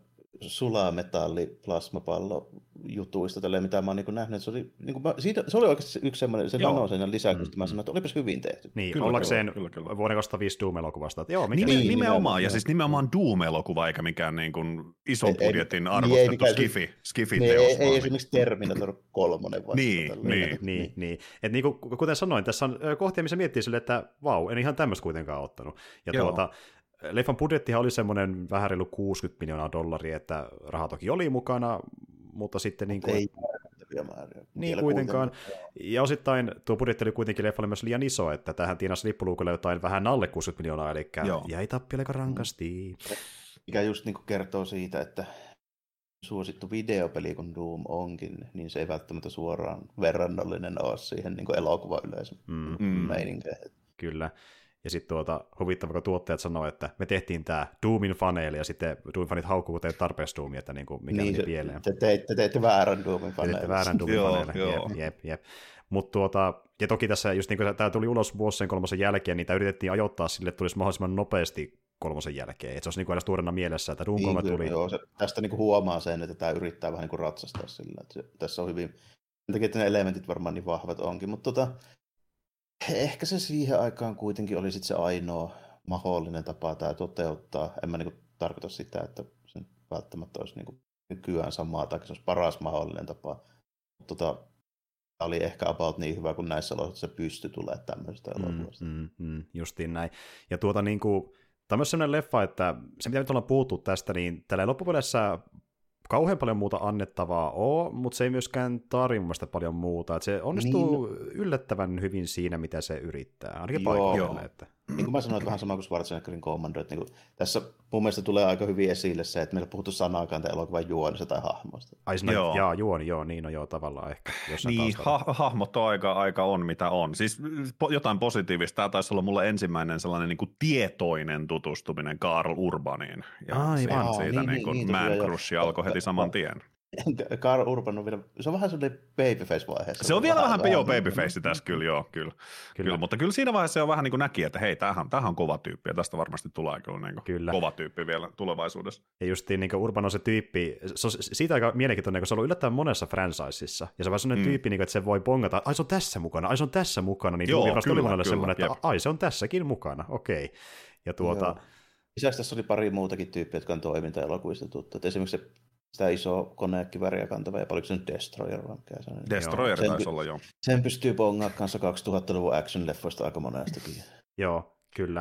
sulametalli-plasmapallo-jutuista, tälleen, mitä mä oon niin nähnyt. Se oli, niin kuin, siitä, se oli oikeasti yksi semmoinen, se nanoseinän lisäksi, mm-hmm. mä sanoin, että olipas hyvin tehty. Niin, kyllä, ollakseen kyllä, kyllä. vuoden kaksituhattaviisi Doom-elokuvasta. Joo, mikä Nime, niin, nimenomaan, nimenomaan, ja joo. siis nimenomaan Doom-elokuva, eikä mikään niin kuin ison ei, budjetin ei, arvostettu ei, skifi, skifi niin, teos. ei, ei esimerkiksi Terminator kolmonen vasta. Niin, niin, niin, niin. Et niin kuin, kuten sanoin, tässä on kohtia, missä miettii sille, että vau, en ihan tämmöistä kuitenkaan ottanut. Ja joo. tuota, leffan budjettihan oli semmoinen vähän reilu kuusikymmentä miljoonaa dollaria, että raha toki oli mukana, mutta sitten niin kuin... Ei määrittäviä määriä. Niin kuitenkaan. Ja osittain tuo budjetti oli kuitenkin leffalle myös liian iso, että tähän tienasi lippuluukulle jotain vähän alle kuusikymmentä miljoonaa, eli joo. jäi tappiolle aika rankasti. Mikä just niin kuin kertoo siitä, että suosittu videopeli, kun Doom onkin, niin se ei välttämättä suoraan verrannollinen ole siihen niin kuin elokuvayleisön mm. meininkeihin. Kyllä. Ja sitten tuota, huvittava, kun tuottajat sanoo, että me tehtiin tämä Doomin faneille, ja sitten Doom-fanit haukkuu, kun teet tarpeeksi Doomia, että niin kuin, mikä niin, meni pieleen. Te teitte, teitte väärän Doomin faneille. Teitte väärän Doomin faneille, jep, jep, jep. Mutta tuota, ja toki tässä, just niin kuin tämä tuli ulos vuosien kolmosen jälkeen, niin tämä yritettiin ajoittaa sille, että tulisi mahdollisimman nopeasti kolmosen jälkeen, että se olisi niin kuin aina suurena mielessä, että Doom kolme niin, tuli. Joo, se, tästä niin kuin huomaa sen, että tämä yrittää vähän niin kuin ratsastaa sillä, että se, tässä on hyvin, sen takia, että ne elementit varmaan niin vahvat onkin, mutta tota, ehkä se siihen aikaan kuitenkin oli sit se ainoa mahdollinen tapa tämä toteuttaa. En mä niinku tarkoita sitä, että se välttämättä olisi niinku nykyään samaa tai se olisi paras mahdollinen tapa. Mutta tota, tämä oli ehkä about niin hyvä, kun näissä oloissa se pystyi tulemaan tämmöisestä elokuvasta. Mm, mm, mm, justiin näin. Ja tuota niinku, tämä on myös sellainen leffa, että se mitä nyt ollaan puhuttu tästä, niin tällä loppupeleissä kauhean paljon muuta annettavaa on, mutta se ei myöskään tarvitse mun paljon muuta. Että se onnistuu niin, yllättävän hyvin siinä, mitä se yrittää, ainakin paikoilla. Että... Niin kuin mä sanoin, että vähän sama kuin Schwarzeneggerin Commando, että niin kuin, tässä mun mielestä tulee aika hyvin esille se, että meillä on puhuttu sanaakaan tämän elokuvan juonista tai hahmosta. Ai no, joo. Jaa, juoni, joo, niin on joo tavallaan ehkä. Niin, ha- hahmot on aika, aika on mitä on. Siis po- jotain positiivista. Tämä taisi olla mulle ensimmäinen sellainen niin kuin tietoinen tutustuminen Karl Urbaniin. Ja Aivan. siitä, siitä niin, niin kuin niin, Man niin, Crush alkoi heti saman tien. Karl Urban on vielä, se on vähän sellainen babyface-vaiheessa. Se on vielä vähän, vähän joo, babyface tässä, kyllä joo, kyllä. Kyllä. kyllä. Mutta kyllä siinä vaiheessa se on vähän niin kuin näki, että hei, tämähän, tämähän on kova tyyppi, ja tästä varmasti tulee kyllä, niin kuin kyllä. kova tyyppi vielä tulevaisuudessa. Ja justiin niin kuin Urban on se tyyppi, se on siitä aika mielenkiintoinen, kun se on ollut yllättävän monessa franchiseissa, ja se on vähän sellainen mm. tyyppi, että se voi bongata, ai se on tässä mukana, ai se on tässä mukana, niin joo, kyllä, oli monelle semmoinen, että jep. ai se on tässäkin mukana, okei. Okay. Ja tuota... Joo. Lisäksi tässä oli pari muutakin tyyppiä, jotka on toiminta-elokuvista tuttu. Et esimerkiksi se, sitä isoa konekiväriä kantava, ja paljonko se nyt Destroyer vai mikä se on? Destroyer sen, taisi olla, joo. Sen pystyy bongaa kanssa kaksituhattaluvun action-leffoista aika monestakin. Joo, kyllä.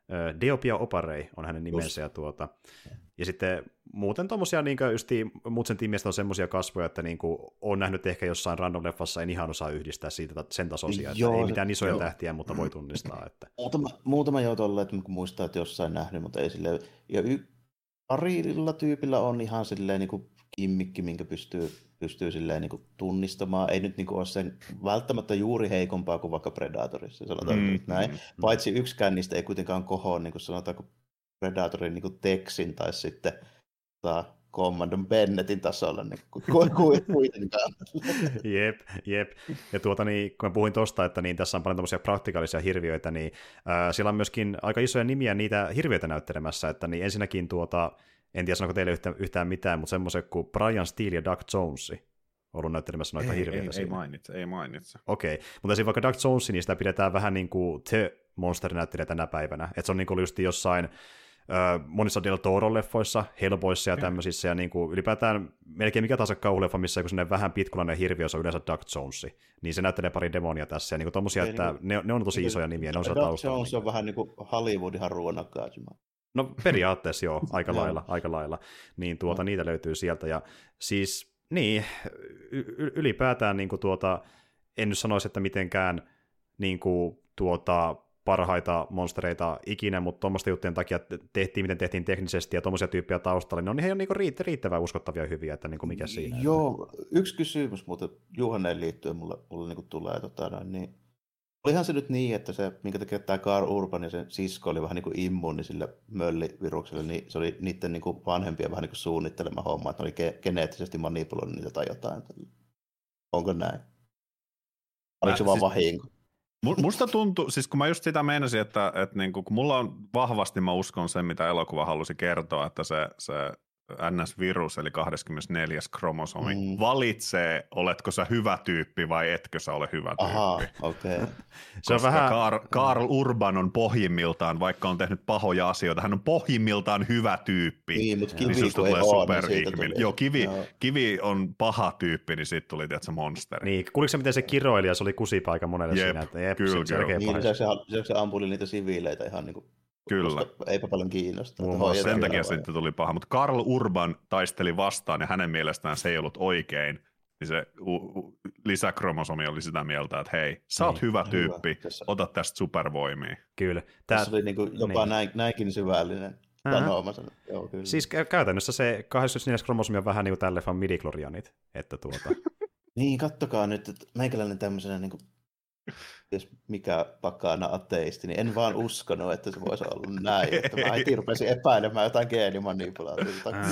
Deopia Oparei on hänen nimensä. Ja, tuota, ja sitten muuten tuommoisia, niin Mutsen tiimistä on semmoisia kasvoja, että niin kuin, on nähnyt ehkä jossain random-leffassa, en ihan osaa yhdistää siitä sen tasoisia, että joo, ei mitään isoja joo. tähtiä, mutta voi tunnistaa. Että... Muutama, muutama jo tolle, että muistaa, että jossain nähnyt, mutta ei silleen. Ja y- parilla tyypillä on ihan silleen niin kuin kimmikki, minkä pystyy, pystyy silleen niin kuin tunnistamaan. Ei nyt niin kuin ole sen välttämättä juuri heikompaa kuin vaikka Predatorissa, sanotaan mm, näin. Mm, Paitsi yksikään niistä ei kuitenkaan kohoa, niin kuin sanotaanko Predatorin niin kuin Texin tai sitten ta, Commandon Bennettin tasolla niin kuitenkaan. jep, jep. Ja tuota, niin, kun mä puhuin tuosta, että niin, tässä on paljon tämmöisiä praktikaalisia hirviöitä, niin äh, siellä on myöskin aika isoja nimiä niitä hirviöitä näyttelemässä, että niin ensinnäkin tuota, en tiedä sanoiko teille yhtä, yhtään mitään, mutta semmoisen kuin Brian Steele ja Doug Jones ollut näyttelemässä noita ei, hirviöitä. Ei, ei mainitse, ei mainitse. Okei, okay. Mutta esimerkiksi vaikka Doug Jones, niin sitä pidetään vähän niin kuin The Monster-näyttelijä tänä päivänä, että se on niin kuin just jossain Uh, monissa Del Toro-leffoissa, Hellboyssa ja tämmöisissä, ja niin kuin ylipäätään melkein mikä tahansa kauhuleffa, missä joku sellainen vähän pitkulainen hirviö, on yleensä Doug Jones, niin se näyttelee pari demonia tässä, ja niin kuin tommosia, että niin kuin, ne, ne on tosi isoja nimiä, ne on siellä taustalla. Doug Jones on vähän niin kuin Hollywoodin Haruo Nakajima. No periaatteessa joo, aika lailla, aika lailla, niin tuota, no. niitä löytyy sieltä, ja siis, niin, y- ylipäätään niin kuin tuota, en nyt sanoisi, että mitenkään niin kuin tuota, parhaita monstereita ikinä, mutta tuommoisten juttujen takia tehtiin, miten tehtiin teknisesti ja tuommoisia tyyppejä taustalla, niin on ihan niinku riittävän uskottavia ja hyviä, että niinku mikä siinä. Joo, että... yksi kysymys muuten Juhanneen liittyen mulle, mulle niinku tulee, tota, niin olihan se nyt niin, että se, minkä takia tämä Karl Urban ja sen sisko oli vähän niin kuin immuuni sille möllivirukselle, niin se oli niiden niinku vanhempien vähän niin kuin suunnittelema homma, että ne oli ge- geneettisesti manipuloinut niitä tai jotain. Onko näin? Oliko se vaan siis... vahinko? Musta tuntuu, siis kun mä just sitä meinasin, että, että niin kun mulla on vahvasti, mä uskon sen, mitä elokuva halusi kertoa, että se, se N S-virus, eli kaksikymmentäneljäs kromosomi, mm. valitsee, oletko sä hyvä tyyppi vai etkö sä ole hyvä tyyppi. Aha, okei. Okay. Se on vähän... Karl, Karl Urban on pohjimmiltaan, vaikka on tehnyt pahoja asioita, hän on pohjimmiltaan hyvä tyyppi. Niin, mutta Kivi niin tulee superihminen. Joo, kivi, Joo. Kivi on paha tyyppi, niin siitä tuli tietysti monsteri. Niin, kuuliko se, miten se kiroili ja se oli kusipaika monelle jep, siinä? Että jep, kyllä, se, kyllä. Niin, se, se, se ampuli niitä siviileitä ihan niin kuin... Kyllä. Eipä paljon kiinnostaa. Sen takia sitten tuli paha, mutta Karl Urban taisteli vastaan ja hänen mielestään se ei ollut oikein. Niin se u- u- lisäkromosomi oli sitä mieltä, että hei, sä oot niin, hyvä tyyppi, hyvä. Ota tästä supervoimia. Kyllä. Tää... Tässä oli niinku jopa niin. näin, näinkin syvällinen sanooma. Joo, kyllä. Siis käytännössä se kahdeskymmenesneljäs kromosomi on vähän niin kuin tämän leffan midi-klorianit. Että tuota... niin, kattokaa nyt, että meikäläinen tämmöisenä niin kuin... jos mikä pakana ateisti, niin en vaan uskonut, että se voisi olla näin. Että mä heti rupesin epäilemään jotain geenimanipulaatiota.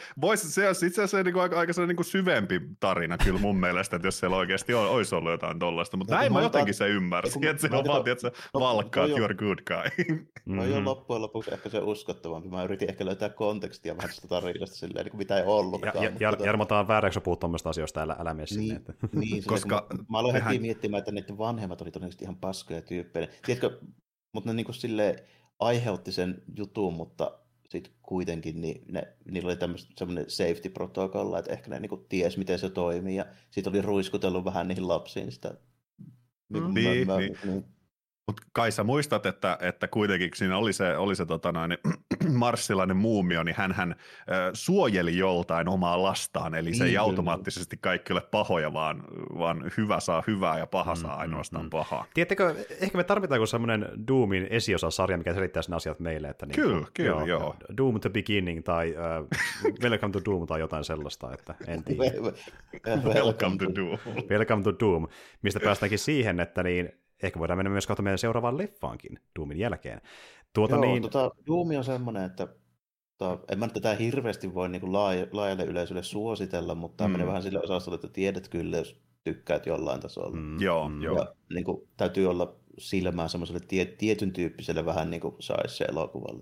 Se on itse asiassa niin aika, aika niin syvempi tarina kyllä mun mielestä, että jos siellä oikeasti on, olisi ollut jotain tollaista. Mutta no, näin mä jotenkin se ymmärsin, että se on vaan tietysti valkkaa, että you're good guy. No jo loppujen lopuksi ehkä se uskottavampi. Mä yritin ehkä löytää kontekstia vähän sitä tarinasta silleen, niin kuin mitä ei ollutkaan. Ja, ja, ja, Jarmo, tämä on vääräksi, kun puhut tuommoista asioista, älä, älä mene sinne. Niin, niin koska mä, mä aloin heti miettimään, että niiden vanhemmat oli todennäköisesti ihan paskoja tyyppejä. Tiedätkö, mutta ne niinku silleen aiheutti sen jutun, mutta sitten kuitenkin niin ne, niillä oli semmoinen safety-protokolla, että ehkä ne niinku ties, miten se toimii, ja sitten oli ruiskutellut vähän niihin lapsiin sitä. Niin, niin, mä, niin. niin. Mutta kai sä muistat, että, että kuitenkin siinä oli se, oli se tota noin, marssilainen muumio, niin hänhän äh, suojeli joltain omaa lastaan, eli se ei mm, automaattisesti kaikki ole pahoja, vaan, vaan hyvä saa hyvää ja paha saa mm, ainoastaan mm. pahaa. Tiedättekö, ehkä me tarvitaan semmoinen Doomin esiosasarja, mikä selittää sen asiat meille. Että niin, kyllä, kyllä, joo, joo. Doom the Beginning tai uh, Welcome to Doom tai jotain sellaista, että en tiedä. Welcome to Doom. Welcome to Doom, mistä päästäänkin siihen, että niin ehkä voidaan mennä myös katsomaan meidän seuraavaan leffaankin Doomin jälkeen. Tuota, Joo, niin... tota, Doom on semmoinen, että tota, en mä tätä hirveästi voi niin kuin laaja, laajalle yleisölle suositella, mutta tämä mm. menee vähän sille osastolle, että tiedät kyllä, jos tykkäät jollain tasolla. Mm. Joo, ja, joo. Niin kuin, täytyy olla silmää semmoiselle tie, tietyn tyyppiselle vähän niin kuin saisi se elokuvalle.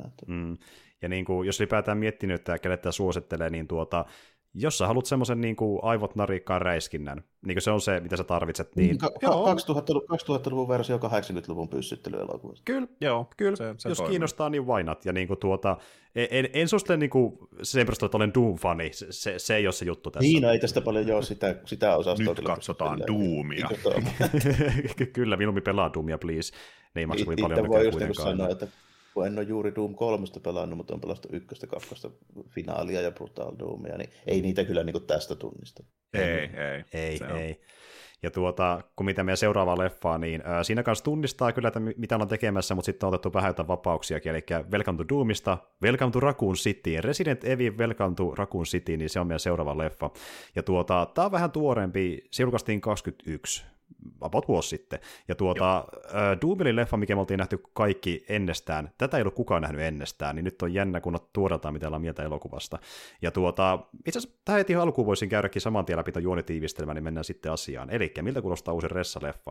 Mm. Ja niin kuin, jos ylipäätään miettinyt, että kelle tämä suosittelee, niin tuota... Jos sä haluat semmoisen niin kuin aivot narikkaan räiskinnän, niin kuin se on se, mitä sä tarvitset. Niin... Ka- kaksituhattaluvun versio kahdeksankymmentäluvun pyssyttelyelokuvasta. Kyllä, joo, kyllä. Se, se jos toimii. Kiinnostaa, niin why not? Ja niin kuin tuota, en, en suosittele niin kuin sen perusteella, että olen Doom-fani, se, se, se ei ole se juttu tässä. Niin, ei tästä paljon joo sitä, sitä osastoa. Nyt katsotaan Doomia. Kyllä, minun pelaa Doomia, please. Ne ei maksa kovin paljon nykyään kuitenkaan. Sanoa, että kun en ole juuri Doom kolmosta pelannut, mutta on pelannut ykköstä, kakkosta, finaalia ja Brutal Doomia, niin ei niitä kyllä niin kuin tästä tunnista. Ei, ei. Ei, ei. ei. Ja tuota, kun mitä meidän seuraavaa leffaa, niin äh, siinä kanssa tunnistaa kyllä, että mitä ollaan tekemässä, mutta sitten on otettu vähän jotain vapauksiakin, eli Welcome to Doomista, Welcome to Raccoon City, Resident Evil Welcome to Raccoon City, niin se on meidän seuraava leffa. Ja tuota, tää on vähän tuorempi, se julkaistiin kaksikymmentäyksi, about vuosi sitten. Ja tuota, äh, Doomilin leffa, mikä me oltiin nähty kaikki ennestään, tätä ei ollut kukaan nähnyt ennestään, niin nyt on jännä, kun tuodeltaan, mitä ollaan mieltä elokuvasta. Ja tuota, itse asiassa tähän heti alkuun voisin käydäkin saman tien läpi juonitiivistelmän, niin mennään sitten asiaan. Eli miltä kuulostaa uusi Ressa-leffa?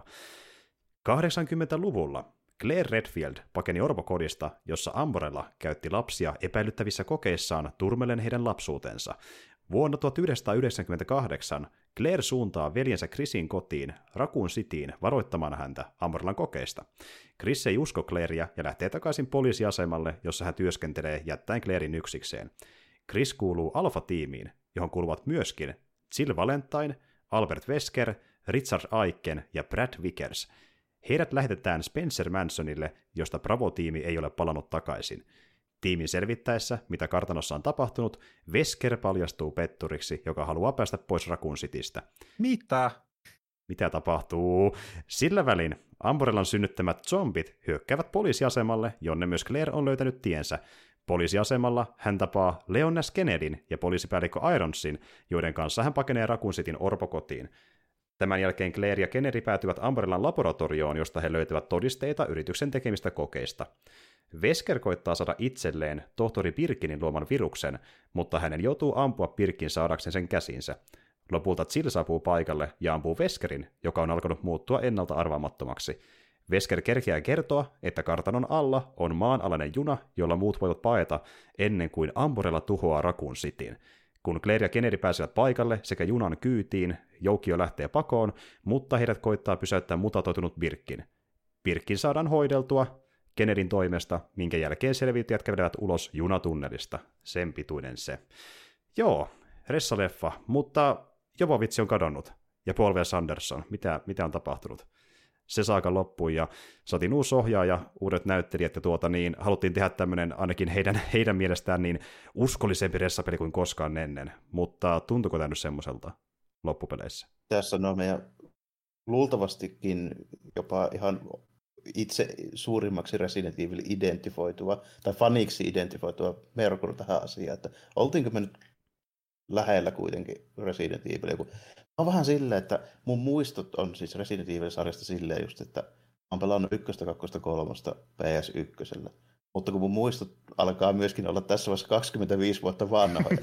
kahdeksankymmentäluvulla Claire Redfield pakeni orpokodista, jossa Umbrella käytti lapsia epäilyttävissä kokeissaan turmellen heidän lapsuutensa. Vuonna tuhatyhdeksänsataayhdeksänkymmentäkahdeksan Claire suuntaa veljensä Chrisin kotiin, Raccoon Cityin, varoittamaan häntä Umbrellan kokeista. Chris ei usko Clairea ja lähtee takaisin poliisiasemalle, jossa hän työskentelee jättäen Clairen yksikseen. Chris kuuluu Alpha-tiimiin, johon kuuluvat myöskin Jill Valentine, Albert Wesker, Richard Aiken ja Brad Vickers. Heidät lähetetään Spencer Mansonille, josta Bravo-tiimi ei ole palannut takaisin. Tiimin selvittäessä, mitä kartanossa on tapahtunut, Wesker paljastuu petturiksi, joka haluaa päästä pois Raccoon Citystä. Mitä? Mitä tapahtuu? Sillä välin Umbrellan synnyttämät zombit hyökkäävät poliisiasemalle, jonne myös Claire on löytänyt tiensä. Poliisiasemalla hän tapaa Leon S. Kennedyn ja poliisipäällikkö Ironsin, joiden kanssa hän pakenee Raccoon Cityn orpokotiin. Tämän jälkeen Claire ja Kennedy päätyvät Umbrellan laboratorioon, josta he löytävät todisteita yrityksen tekemistä kokeista. Wesker koittaa saada itselleen tohtori Birkinin luoman viruksen, mutta hänen joutuu ampua Birkin saadakseen sen käsinsä. Lopulta Jill saapuu paikalle ja ampuu Weskerin, joka on alkanut muuttua ennalta arvaamattomaksi. Wesker kerkeää kertoa, että kartanon alla on maanalainen juna, jolla muut voivat paeta ennen kuin Umbrella tuhoaa Raccoon Cityn. Kun Claire ja Kennedy pääsevät paikalle sekä junan kyytiin, joukio lähtee pakoon, mutta heidät koittaa pysäyttää mutatoitunut Birkin. Birkin saadaan hoideltua Kennedyn toimesta, minkä jälkeen selviytyjät kävelevät ulos junatunnelista. Sen pituinen se. Joo, Ressa-leffa, mutta Jovovitsi on kadonnut. Ja Paul W. Sanderson. Mitä, mitä on tapahtunut? Se saaka loppui ja saatiin uusi ohjaaja, uudet näyttelijät ja tuota niin, haluttiin tehdä tämmöinen ainakin heidän, heidän mielestään niin uskollisempi Ressa-peli kuin koskaan ennen. Mutta tuntuuko tämä nyt semmoiselta loppupeleissä? Tässä on meidän luultavastikin jopa ihan itse suurimmaksi Resident Evil identifoituva, tai faniksi identifoituva merkuri tähän asiaan, että oltiinko me nyt lähellä kuitenkin Resident Evil. Kun on vähän silleen, että mun muistot on siis Resident Evil-sarjasta silleen just, että olen pelannut ykköstä, kakkosta, kolmosta P S yksi. Mutta kun mun muistot alkaa myöskin olla tässä vaiheessa kaksikymmentäviisi vuotta vanhoja,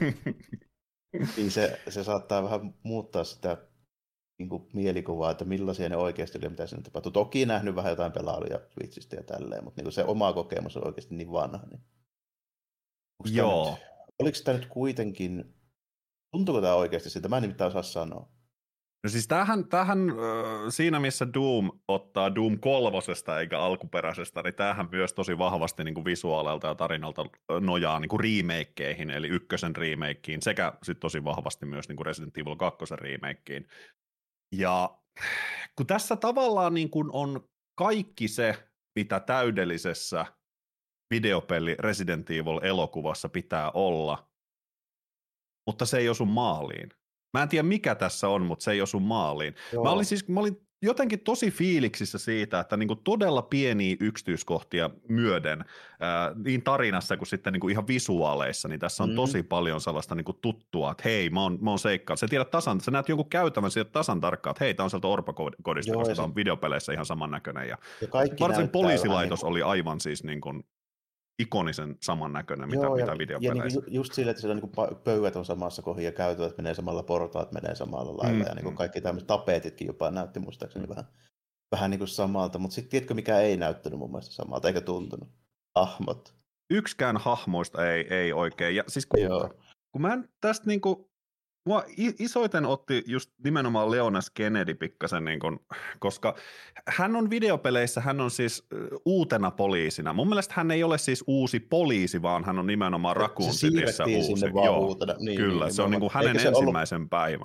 niin se, se saattaa vähän muuttaa sitä niin kuin mielikuvaa, että millaisia ne oikeasti oli ja mitä siinä tapahtui. Toki nähnyt vähän jotain pelailuja Switchistä ja tälleen, mutta niin kuin se oma kokemus on oikeasti niin vanha. Niin... Joo. Nyt, oliko tämä nyt kuitenkin, tuntuuko tämä oikeasti siltä? Mä en nimittäin osaa sanoa. No siis tämähän, tämähän siinä missä Doom ottaa Doom kolmosesta eikä alkuperäisestä, niin tämähän myös tosi vahvasti niin kuin visuaalilta ja tarinalta nojaa niin kuin remakeihin, eli ykkösen remakeiin, sekä sitten tosi vahvasti myös niin kuin Resident Evil kaksi remakeiin. Ja kun tässä tavallaan niin kuin on kaikki se, mitä täydellisessä videopeli Resident Evil-elokuvassa pitää olla, mutta se ei osu maaliin. Mä en tiedä mikä tässä on, mutta se ei osu maaliin. Mä olin, siis, mä olin jotenkin tosi fiiliksissä siitä, että niinku todella pieniä yksityiskohtia myöden, ää, niin tarinassa kuin sitten niinku ihan visuaaleissa, niin tässä on mm. tosi paljon sellaista niinku tuttua, että hei, mä oon, mä oon seikkaan. Sä tiedät tasan, sä näet jonkun käytävän sieltä tasan tarkkaan, että hei, tää on sieltä orpokodista, Joo, koska tää on videopeleissä ihan samannäköinen. Ja, ja varsin poliisilaitos niin... oli aivan siis niin kuin ikonisen samannäköinen, mitä, Joo, mitä ja, videopeleissä. Ja niin just sille, että siellä niin pöydät on samassa kohdassa ja käytävät menee samalla, portaat menee samalla lailla mm, ja niin mm. kaikki tämmöiset tapetitkin jopa näytti muistaakseni vähän, vähän niin kuin samalta, mutta sitten tiedätkö mikä ei näyttänyt mun mielestä samalta eikä tuntunut? Hahmot. Yksikään hahmoista ei, ei oikein. Ja siis kun, kun mä en tästä niinku, mua isoiten otti just nimenomaan Leon S. Kennedy pikkasen, niin kun, koska hän on videopeleissä, hän on siis uutena poliisina. Mun mielestä hän ei ole siis uusi poliisi, vaan hän on nimenomaan Raccoon Cityssä uusi. Sinne vaan Joo, uutena. Niin, kyllä, niin, se on niin kuin hänen ensimmäisen ollut... päivään.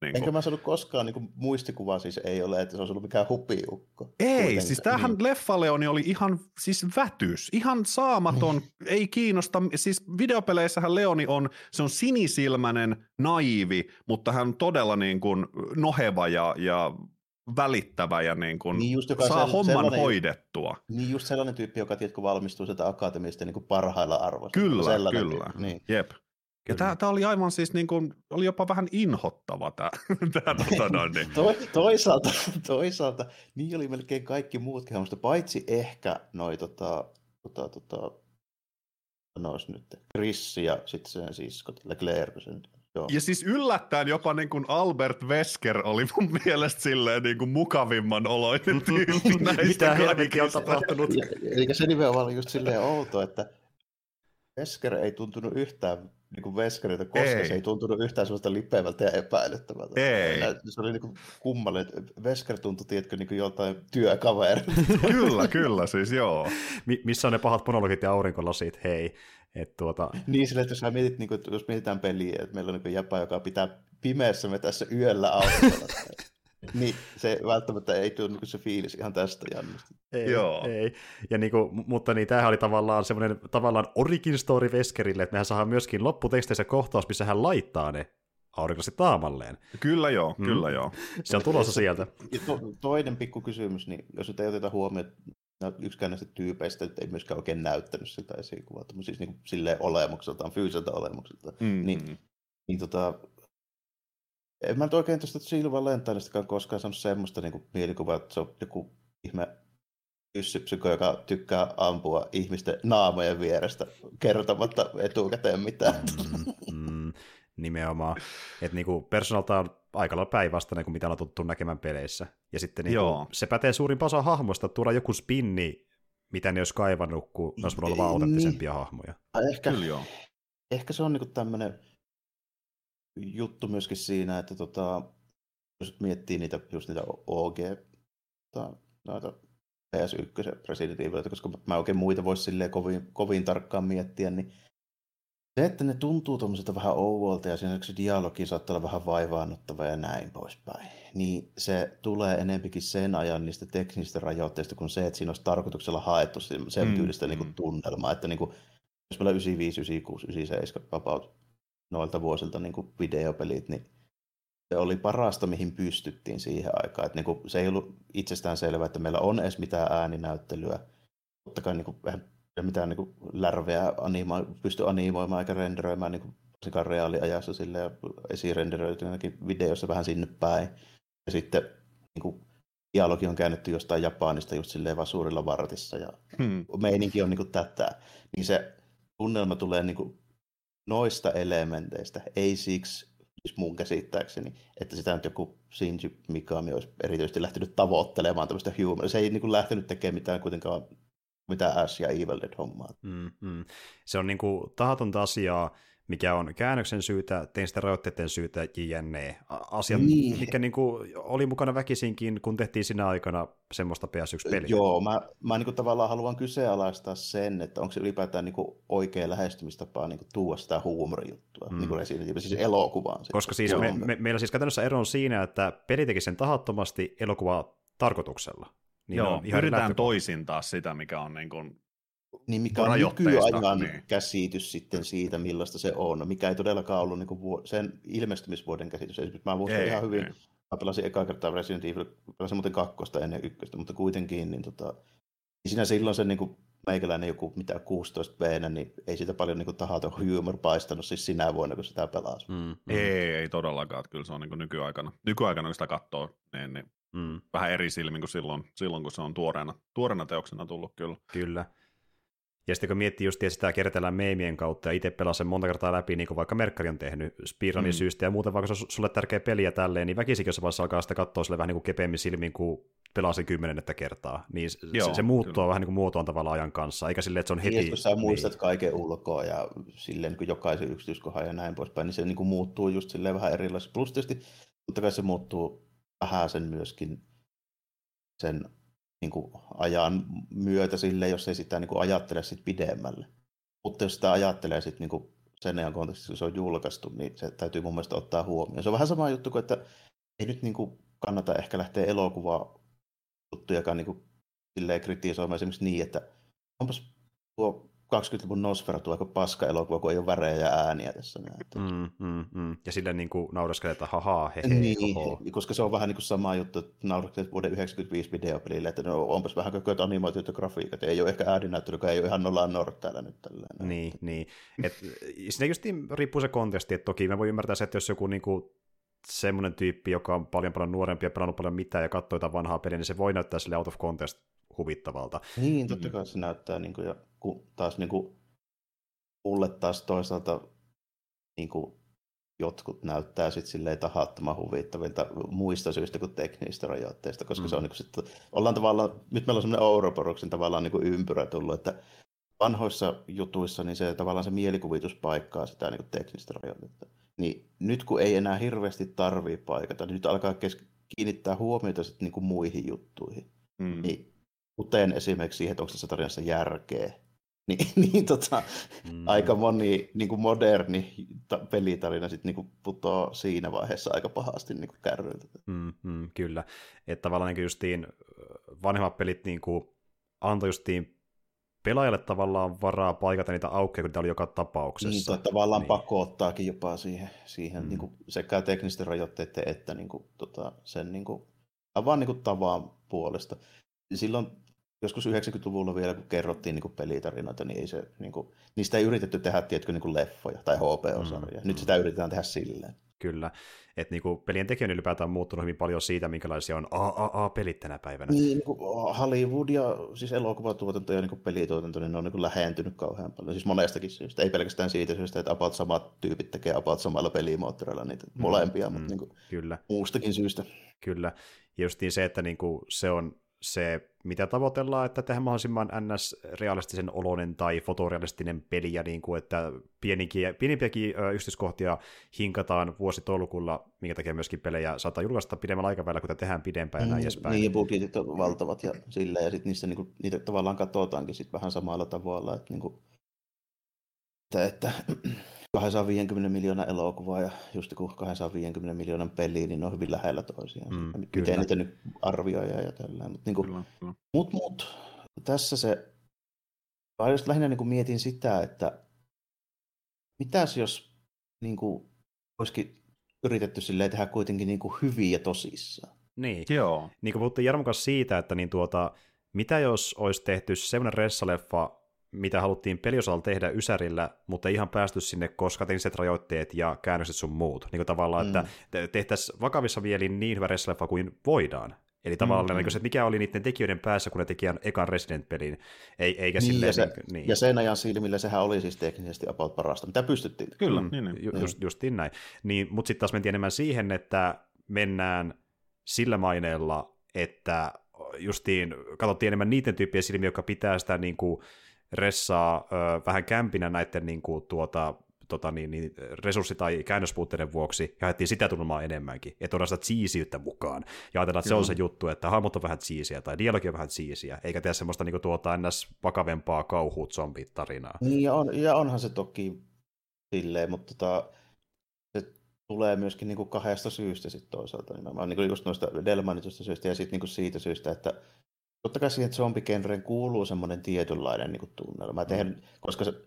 Niin Enkä mä saanut koskaan niin muistikuvaa, siis ei ole, että se olisi ollut mikään hupiukko. Ei, Kuitenkin. siis tämähän niin. Leffaleoni oli ihan siis vätys, ihan saamaton, ei kiinnosta. Siis videopeleissähän Leoni on, se on sinisilmäinen, naivi, mutta hän on todella niin kuin noheva ja, ja välittävä ja niin kuin niin just, joka saa sell- homman hoidettua. Niin just sellainen tyyppi, joka tiedätkö, valmistuu sieltä akatemiasta niin kuin parhailla arvoisilla. Kyllä, sellainen kyllä. Tyyppi. Niin. Jep. Ja tämä, tämä oli aivan siis niin kuin, oli jopa vähän inhottava tämä. tämä tota, niin. to, toisaalta, toisaalta, niin oli melkein kaikki muutkin hahmosta, paitsi ehkä noi tota, tota, tota, sanois nyt, Chris ja sitten sen siskot, Leclerc. Sen, joo. Ja siis yllättäen jopa niin kuin Albert Wesker oli mun mielestä silleen niin kuin mukavimman oloinen tyyppi näistä. Mitä helvettiä on tapahtunut? Eikä se nimenomaan oli just silleen outo, että Wesker ei tuntunut yhtään niin kuin Weskeriltä, koska ei. se ei tuntunut yhtään sellaista lipevältä ja epäilyttävältä. Ei. Se oli niin kuin kummallinen. Wesker tuntui, tiedätkö, niin kuin joltain työkaverilta. Kyllä, kyllä, siis joo. Mi- missä on ne pahat monologit ja aurinkolasit, hei. Et tuota... Niin sillä, että jos, mietit, niin kuin, jos mietitään peliä, että meillä on niin jäpä, joka pitää pimeässä me tässä yöllä autolla. Niin se välttämättä ei tule niin se fiilis ihan tästä Jannista. Ei, Joo. ei. Ja niin kuin, mutta niin, tämähän oli tavallaan semmoinen tavallaan origin story Weskerille, että mehän saadaan myöskin lopputeksteissä kohtaus, missä hän laittaa ne aurinkolasit naamalleen. Kyllä joo, mm. kyllä joo. Se on tulossa sieltä. Ja to, toinen pikku kysymys, niin jos nyt ei oteta huomioon, että yksikään näistä tyypeistä ei myöskään oikein näyttänyt sitä esikuvaa, siis niin kuin silleen olemukseltaan, fyysiseltä olemukseltaan, mm-hmm. niin, niin tota, en mä nyt oikein tuosta Silva Valentinistakaan koskaan saanut semmoista niin kuin mielikuvaa, että se on joku ihme yssypsykö, joka tykkää ampua ihmisten naamojen vierestä kertomatta etukäteen mitään. Mm, mm, nimenomaan. Että niinku persoonalta on aika lailla päinvastainen kuin mitä on tuttu näkemään peleissä. Ja sitten niinku, se pätee suurin osa hahmoista, että tuoda joku spinni, mitä ne olisi kaivannut, kun ne olisi voinut olla autenttisempia niin. hahmoja. Ehkä, Kyllä joo. Ehkä se on niinku tämmöinen juttu myöskin siinä, että tota, jos miettii niitä, just niitä O G, noita P S yksi Resident Evil, koska mä oikein muita voisi silleen kovin, kovin tarkkaan miettiä, niin se, että ne tuntuu tuommoiselta vähän ouvolta ja siinä se dialogi saattaa olla vähän vaivaannuttava ja näin poispäin, niin se tulee enempikin sen ajan niistä teknisistä rajoitteista kuin se, että siinä olisi tarkoituksella haettu sen mm, tyylistä mm. niin kuin tunnelmaa, että niin kuin, jos meillä on yhdeksänkymmentäviisi, yhdeksänkymmentäkuusi, yhdeksänkymmentäseitsemän vapaut noilta vuosilta niin kuin videopelit, niin se oli parasta, mihin pystyttiin siihen aikaan. Että niin kuin, se ei ollut itsestään selvää, että meillä on edes mitään ääninäyttelyä. Totta kai niin kuin, mitään niin kuin, lärveä animo- pysty animoimaan eikä renderöimään niin kuin, reaaliajassa sille, ja esirenderöity ainakin videossa vähän sinne päin. Ja sitten niin kuin, dialogi on käännetty jostain Japanista just silleen vaan suurilla vartissa ja hmm. meininki on niin kuin, tätä. Niin se tunnelma tulee niin kuin, noista elementeistä, ei siksi, siis mun käsittääkseni, että sitä nyt joku Shinji Mikami olisi erityisesti lähtenyt tavoittelemaan tämmöistä huumoria. Se ei niin kuin lähtenyt tekemään mitään kuitenkaan mitään Ash ja Evil Dead-hommaa. Mm-hmm. Se on niin kuin tahatonta asiaa, mikä on käännöksen syytä, tein sitä rajoitteiden syytä, jne. Asiat, niin. mikä niin kuin oli mukana väkisinkin, kun tehtiin siinä aikana semmoista P S yksi-peliä. Joo, mä, mä niin kuin tavallaan haluan kyseenalaistaa sen, että onko se ylipäätään niin kuin oikea lähestymistapa niin kuin tuoda sitä huumorijuttua, mm. niin kuin siis elokuvaan. Koska siis me, me, meillä siis käytännössä ero on siinä, että peli teki sen tahattomasti, elokuva tarkoituksella. Niin joo, pyritään toisintaa sitä, mikä on niin kuin niin mikä on nykyajan niin. käsitys sitten siitä, millaista se on. Mikä ei todellakaan ollut niin kuin sen ilmestymisvuoden käsitys. Esimerkiksi mä muistan ei, ihan hyvin, ei. Mä pelasin ekaa kertaa Resident Evil, pelasin muuten kakkosta ennen ykköstä, mutta kuitenkin, niin, tota, niin siinä silloin se niin kuin, meikäläinen joku mitä kuusitoista vuotias, niin ei siitä paljon niin kuin, tahaton humor paistanut siis sinä vuonna, kun sitä pelasi. Mm, mm. Ei, ei todellakaan. Kyllä se on niin kuin nykyaikana. Nykyaikana, kun sitä katsoo, niin, niin mm. vähän eri silmin kuin silloin, silloin, kun se on tuoreena, tuoreena teoksena tullut kyllä. Kyllä. Ja sitten kun miettii just, että sitä kertellään meemien kautta ja itse pelaa sen monta kertaa läpi, niin kuin vaikka Merkkari on tehnyt speedrunin mm. syystä ja muuten vaikka se on sulle tärkeä peli ja tälleen, niin väkisikin jos vaiheessa alkaa sitä katsoa sille vähän niin kuin kepeämmin silmiin, kun pelaa sen kymmenennettä kertaa, niin Joo, se, se muuttuu kyllä. vähän niin kuin muotoon tavallaan ajan kanssa, eikä silleen, että se on heti... Niin, jos sä muistat niin. kaiken ulkoa ja silleen niin jokaisen yksityiskohan ja näin poispäin, niin se niin kuin muuttuu just silleen vähän erilaisesti. Plus tietysti, mutta kai se muuttuu vähän sen myöskin sen niin kuin ajan myötä sille, jos ei sitä niin kuin ajattele sit pidemmälle. Mutta jos sitä ajattelee sit, niin kuin sen ajan kontekstissa, kun se on julkaistu, niin se täytyy mun mielestä ottaa huomioon. Se on vähän sama juttu kuin, että ei nyt niin kuin kannata ehkä lähteä elokuvaa juttujakaan niin kuin silleen kritisoimaan esimerkiksi niin, että onpas tuo kaksikymmentäluvun Nosferatu aika paska elokuva, kun ei ole värejä ja ääniä tässä. Mm, mm, mm. Ja silleen niin kuin nauraskelee, että hahaa, hehe, niin, hoho. koska se on vähän niin kuin sama juttu, että nauraskelee vuoden yhdeksänkymmentäviisi videopelille, että no, onpas vähän kököt animaatiot ja grafiikat, ei ole ehkä ääninäyttely, joka ei ole ihan Nolan North täällä nyt. Tällainen. Niin, niin. Et, siinä just riippuu se konteksti, että toki mä voin ymmärtää se, että jos joku niin kuin semmoinen tyyppi, joka on paljon paljon nuorempi ja pelannut paljon mitään ja katsoo jotain vanhaa peliä, niin se voi näyttää sille out of context huvittavalta. Niin, totta kai se näyttää, niin kuin, ja kun taas niin kuin, mulle taas toisaalta niin kuin, jotkut näyttää sitten silleen tahattoman huvittavilta muista syistä kuin teknisistä rajoitteista, koska mm. se on niin kuin, sitten, ollaan tavallaan, nyt meillä on semmoinen Ouroboroksen tavallaan niin kuin ympyrä tullut, että vanhoissa jutuissa niin se tavallaan se mielikuvitus paikkaa sitä niin kuin teknistä rajoitetta. Niin nyt kun ei enää hirveästi tarvii paikata, niin nyt alkaa kes- kiinnittää huomiota sitten niin kuin muihin juttuihin. Mm. Niin, kuten esimerkiksi siihen, että onko tässä tarinassa järkeä. Niin, niin tota, mm. aika moni niin kuin moderni ta- pelitarina sitten niin kuin putoo siinä vaiheessa aika pahasti niin kuin kärryiltä. Mm, mm, kyllä. Että tavallaan niin justiin vanhemmat pelit niin kuin antoi justiin pelaajalle tavallaan varaa paikata niitä aukkeja, kun niitä oli joka tapauksessa. Niin, tavallaan niin. Pakottaakin jopa siihen, siihen mm. niin kuin sekä teknisten rajoitteiden että niin kuin, tota, sen niin kuin, vaan niin kuin tavan puolesta. Silloin joskus yhdeksänkymmentäluvulla vielä, kun kerrottiin niin kuin pelitarinoita, niin, ei se, niin kuin, niistä ei yritetty tehdä tietkö, niin kuin leffoja tai H B O-sarjoja. Mm. Nyt sitä yritetään tehdä silleen. Kyllä, että niinku pelien tekijän ylipäätään on muuttunut hyvin paljon siitä, minkälaisia on A A A-pelit tänä päivänä. Niin, niin kuin Hollywood ja siis elokuvatuotanto ja niin kuin pelituotanto, niin ne on niin kuin lähentynyt kauhean paljon. Siis monestakin syystä, ei pelkästään siitä syystä, että about samat tyypit tekee about samalla pelimoottoreilla niitä mm, molempia, mm, mutta niin kuin kyllä. muustakin syystä. Kyllä, ja justiin se, että niin kuin se on se, mitä tavoitellaan, että tehdään mahdollisimman N S-realistisen oloinen tai fotorealistinen peli, ja niin kuin, että pienikin, pienimpiäkin yksityiskohtia hinkataan vuositolkulla, minkä takia myöskin pelejä saattaa julkaista pidemmällä aikavälillä, kun tehdään pidempään ja näin edespäin. Niin, ja budjetit on valtavat ja silleen, ja sitten niistä, niin kuin, niitä tavallaan katsotaankin sit vähän samalla tavalla, että, niin kuin, että, että kaksisataaviisikymmentä miljoonaa elokuvaa ja just kun kaksisataaviisikymmentä miljoonan peliä, niin ne on hyvin lähellä toisiaan. Mm, Miten kyllä. niitä nyt arvioidaan ja tällä. Mutta niin mut, mut, tässä se, just lähinnä niin kuin mietin sitä, että mitäs jos niin kuin, olisikin yritetty silleen tehdä kuitenkin niin kuin hyviä tosissaan. Niin, Joo. niin kuin puhuttiin Jarmon kanssa siitä, että niin tuota, mitä jos olisi tehty semmoinen ressaleffa, mitä haluttiin peliosalta tehdä Ysärillä, mutta ei ihan päästy sinne, koska tekniset rajoitteet ja käännökset sun muut. Niin kuin tavallaan, mm. että tehtäisiin vakavissa mielin niin hyvä ressaleffa kuin voidaan. Eli tavallaan, mm-hmm. niin se, että mikä oli niiden tekijöiden päässä, kun ne teki ekan Resident-pelin, ei, eikä niin, silleen... Ja, se, niin, niin. ja sen ajan silmillä sehän oli siis teknisesti about parasta, mitä pystyttiin. Kyllä, mm, niin, niin. Just, justiin näin. Niin, mutta sitten taas mentiin enemmän siihen, että mennään sillä maineella, että justiin katsottiin enemmän niiden tyyppien silmiä, jotka pitää sitä niin kuin ressaa ö, vähän kämpinä näiden niin kuin, tuota, tota, niin, niin, resurssi- tai käännöspuutteiden vuoksi, ja haettiin sitä tunnelmaa enemmänkin, että on sitä cheesiyttä mukaan, ja ajatellaan, että se on se juttu, että hahmot on vähän cheesiä, tai dialogi on vähän cheesiä, eikä tehdä semmoista niin kuin, tuota ns. Vakavempaa kauhuut zombitarinaa. Niin, ja, on, ja onhan se toki silleen, mutta tota, se tulee myöskin niin kuin kahdesta syystä sitten toisaalta, nimenomaan niin kuin just noista Delmanitusta syystä, ja sitten niin kuin siitä syystä, että totta kai siihen zombigenreen kuuluu semmoinen tietynlainen niin kuin tunnelma, mm. koska se,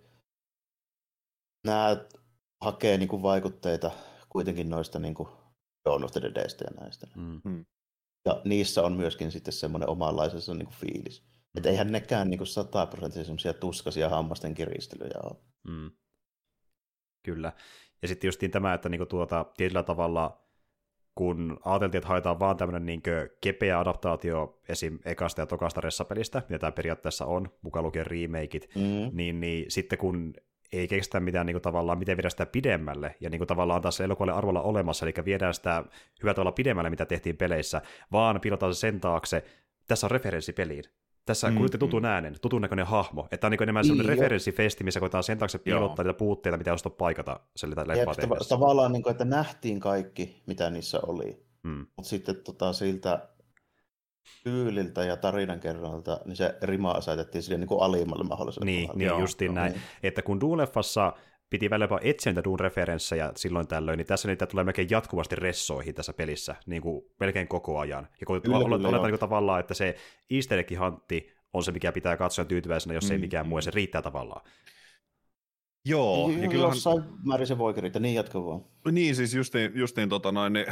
nämä hakee niin kuin vaikutteita kuitenkin noista niin kuin Dawn of the Deadistä ja näistä. Mm. Ja niissä on myöskin sitten semmoinen omanlaisensa niin kuin fiilis. Mm. Että eihän nekään niin kuin sataprosenttisia semmoisia tuskaisia hammasten kiristelyjä ole. Mm. Kyllä. Ja sitten justiin tämä, että niin kuin tuota, tietyllä tavalla kun ajateltiin, että haetaan vaan tämmöinen niin kepeä adaptaatio esim. Ekasta ja tokasta ressapelistä, mitä tämä periaatteessa on, mukaan lukien remakeit, mm. niin, niin sitten kun ei keksitä mitään niin kuin, tavallaan, miten viedään sitä pidemmälle, ja niin kuin, tavallaan taas elokuvalle arvolla olemassa, eli viedään sitä hyvällä tavalla pidemmälle, mitä tehtiin peleissä, vaan piilotaan se sen taakse, tässä on referenssi peliin. Tässä mm, kuulitte tutun mm. äänen, tutun näköinen hahmo. Että on niin enemmän sellainen referenssifesti, missä koetaan sen taakse piilottaa niitä puutteita, mitä olisi paikata sille leffaa tehdessä. Tavallaan, niin kuin, että nähtiin kaikki, mitä niissä oli. Mm. Mutta sitten tota, siltä tyyliltä ja tarinankerralta, niin se rima asetettiin sille niin kuin alimmalle mahdolliselle. Niin, niin justiin näin. Mm. Että kun Doom-leffassa piti välillä jopa etsiä niitä Dune-referenssejä silloin tällöin, niin tässä niitä tulee melkein jatkuvasti ressoihin tässä pelissä, niin kuin melkein koko ajan. Ja kun kyllä, oletaan kyllä, niin tavallaan, että se easter egg-hantti on se, mikä pitää katsoa tyytyväisenä, jos mm. ei mikään muu, ja se riittää tavallaan. Joo. Ja kyllähän... Jossain määrin se voikin riittää, niin jatka vaan. Niin, siis justiin, justiin tota noin, niin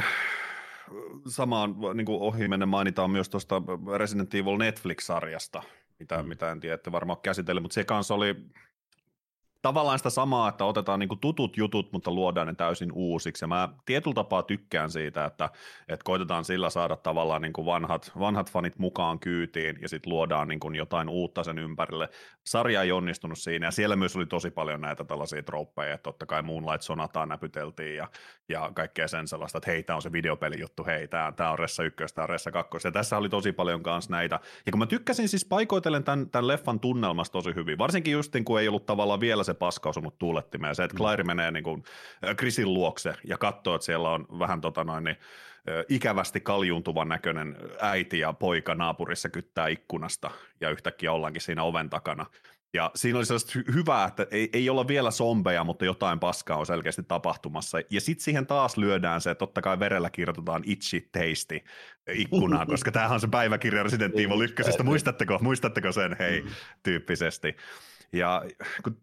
samaan niin kuin ohimennen mainitaan myös tuosta Resident Evil Netflix-sarjasta, mitä, mm. mitä en tiedä, että varmaan käsitellyt, mutta se kanssa oli tavallaan sitä samaa, että otetaan niinku tutut jutut, mutta luodaan ne täysin uusiksi. Ja mä tietyllä tapaa tykkään siitä, että, että koitetaan sillä saada tavallaan niinku vanhat, vanhat fanit mukaan kyytiin ja sitten luodaan niinku jotain uutta sen ympärille. Sarja ei onnistunut siinä ja siellä myös oli tosi paljon näitä tällaisia trouppeja, että totta kai Moonlight Sonataa näpyteltiin ja, ja kaikkea sen sellaista, että hei, tämä on se videopelijuttu, hei, tämä on Ressa ykkös, tämä on Ressa kakkos. Ja tässä oli tosi paljon kanssa näitä. Ja kun mä tykkäsin siis paikoitellen tämän, tämän leffan tunnelmasta tosi hyvin, varsinkin just kun ei ollut tavallaan vielä se paska osunut tuulettimeen. Ja se, että Claire menee niin kuin Chrisin luokse ja katsoo, että siellä on vähän tota noin, niin, ikävästi kaljuntuvan näköinen äiti ja poika naapurissa kyttää ikkunasta ja yhtäkkiä ollaankin siinä oven takana. Ja siinä oli sellaista hy- hyvää, että ei, ei olla vielä zombeja, mutta jotain paskaa on selkeästi tapahtumassa. Ja sitten siihen taas lyödään se, että totta kai verellä kirjoitetaan itchy tasty ikkunaan, koska tämähän on se päiväkirja Resident Evil ykkösestä. Muistatteko, muistatteko sen, hei, tyyppisesti. Ja kun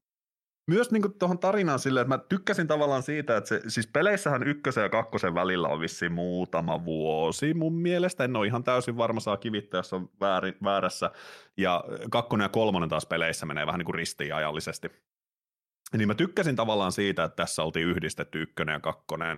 myös niin tuohon tarinaan silleen, että mä tykkäsin tavallaan siitä, että se, siis peleissähän ykkösen ja kakkosen välillä on vissiin muutama vuosi mun mielestä. En ole ihan täysin varma, saa kivittää, jos on väärin, väärässä. Ja kakkonen ja kolmonen taas peleissä menee vähän niin kuin ristiin ajallisesti. Niin mä tykkäsin tavallaan siitä, että tässä oltiin yhdistetty ykkönen ja kakkonen.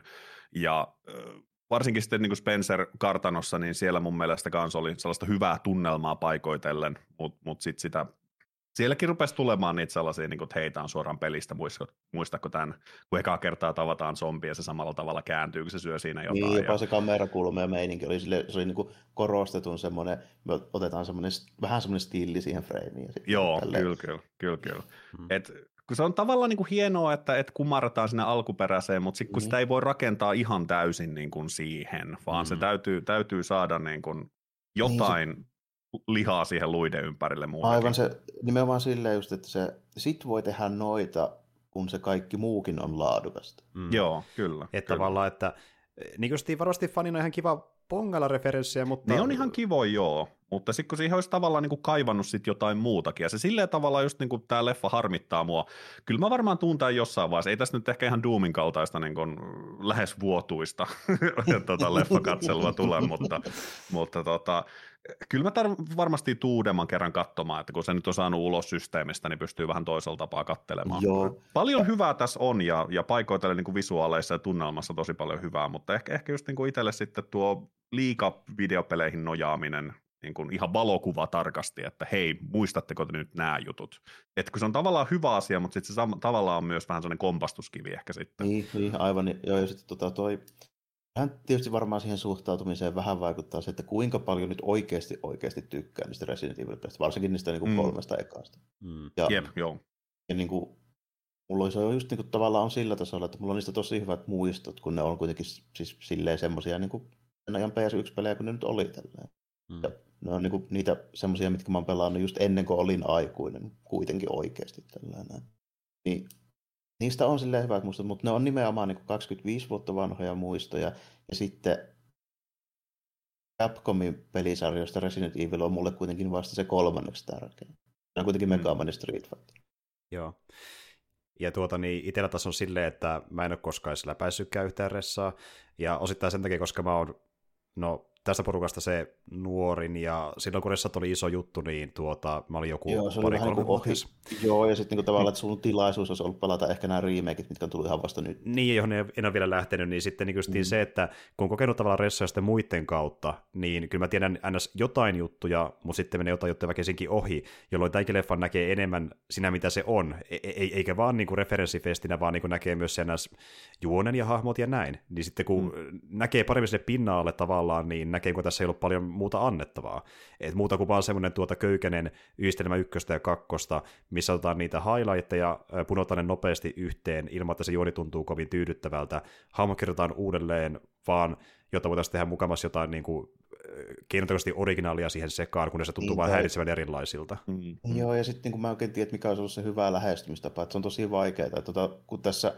Ja varsinkin sitten niin kuin Spencer-kartanossa, niin siellä mun mielestä kanssa oli sellaista hyvää tunnelmaa paikoitellen, mutta mut sitten sitä sielläkin rupesi tulemaan niitä sellaisia, niin kuin, että heitä on suoraan pelistä, muistatko, muistatko tämän, kun ekaa kertaa tavataan zombi ja se samalla tavalla kääntyy, kun se syö siinä jotain. Niin, jopa ja... se kamerakulma ja meininki oli, sille, se oli niin kuin korostetun semmoinen, me otetaan semmoinen, vähän semmoinen stiili siihen freimiin. Joo, kyllä, kyllä, kyllä, kyllä. Hmm. Et, kun se on tavallaan niin kuin hienoa, että et kumarretaan sinne alkuperäiseen, mutta sitten kun hmm. sitä ei voi rakentaa ihan täysin niin kuin siihen, vaan hmm. se täytyy, täytyy saada niin kuin jotain... Niin se... lihaa siihen luiden ympärille muutenkin. Aivan se, nimenomaan silleen just, että se sit voi tehdä noita, kun se kaikki muukin on laadukasta. Mm. Joo, kyllä. Että kyllä. tavallaan, että niin kuin varmasti fanina ihan kiva pongalla referenssiä, mutta... Ne on ihan kivoja, joo, mutta sitten kun siihen olisi tavallaan niin kuin kaivannut sit jotain muutakin, ja se silleen tavallaan just niin kuin tämä leffa harmittaa mua. Kyllä mä varmaan tuun tämän jossain vaiheessa, ei tässä nyt ehkä ihan Doomin kaltaista niin kuin lähes vuotuista tuota leffakatselua tule, mutta, mutta tota, kyllä mä tar- varmasti tuun uudemman kerran katsomaan, että kun se nyt on saanut ulos systeemistä, niin pystyy vähän toisella tapaa katselemaan. Joo. Paljon hyvää tässä on, ja, ja paikoitellen niin kuin visuaaleissa ja tunnelmassa tosi paljon hyvää, mutta ehkä, ehkä just niin kuin itselle sitten tuo liika videopeleihin nojaaminen niin kuin ihan valokuva tarkasti, että hei, muistatteko te nyt nämä jutut? Että kun se on tavallaan hyvä asia, mutta sitten se sam- tavallaan on myös vähän sellainen kompastuskivi ehkä sitten. Niin, niin aivan. Joo, ja sitten tota toi, vähän tietysti varmaan siihen suhtautumiseen vähän vaikuttaa se, että kuinka paljon nyt oikeasti oikeasti tykkää niistä Resident Evil-peleistä, varsinkin niistä niin kuin mm. kolmesta ekaasta. Mm. Ja, Jep, joo. Ja niin kuin, mulla se on just niin kuin, tavallaan on sillä tasolla, että mulla on niistä tosi hyvät muistot, kun ne on kuitenkin siis silleen semmoisia niin kuin sen ajan P S yksi-pelejä, kun ne nyt oli tälleen. Mm. Ja ne on niin kuin niitä semmoisia, mitkä mä oon pelannut just ennen kuin olin aikuinen, kuitenkin oikeasti tällainen. Niin niistä on silleen hyvät muistot, mutta ne on nimenomaan niin kuin kaksikymmentäviisi vuotta vanhoja muistoja. Ja sitten Capcomin pelisarjoista Resident Evil on mulle kuitenkin vasta se kolmanneksi tärkeä. Se on kuitenkin mm. Mega Man ja Street Fighter. Joo. Ja tuota, niin itsellä taas on silleen, että mä en ole koskaan edes läpäissytkään yhtään ressaa. Ja osittain sen takia, koska mä oon, no tästä porukasta se nuorin, ja silloin kun ressat oli iso juttu, niin tuota, mä olin joku joo, se pari kolme vuotta. Joo, ja sitten niin tavallaan, että sun tilaisuus olisi ollut palata ehkä nämä remakeit, mitkä on tullut ihan vasta nyt. Niin, johon en ole vielä lähtenyt, niin sitten niin mm. se, että kun on kokenut tavallaan ressoja sitten muiden kautta, niin kyllä mä tiedän ns. Jotain juttuja, mutta sitten menee jotain juttuja väkisinkin ohi, jolloin tämänkin leffan näkee enemmän sinä, mitä se on, e- e- eikä vaan niin kuin referenssifestinä, vaan niin kuin näkee myös sen ns. Juonen ja hahmot ja näin. Niin sitten kun mm. näkee paremmin sinne pinnalle tavallaan, niin näkee, kun tässä ei ollut paljon muuta annettavaa. Et muuta kuin vaan semmoinen tuota köykäinen yhdistelmä ykköstä ja kakkosta, missä otetaan niitä highlightteja, punotaan ne nopeasti yhteen, ilman että se juoni tuntuu kovin tyydyttävältä. Hahmo kirjoitetaan uudelleen, vaan jotta voitaisiin tehdä mukamassa jotain niin kuin keinotekoisesti originaalia siihen sekaan, kun se tuntuu Niin, vain tai- häiritsevän erilaisilta. Mm. Mm. Joo, ja sitten niin mä oikein tiedän, että mikä olisi ollut se hyvä lähestymistapa, että se on tosi vaikeaa. Että, tota, kun tässä,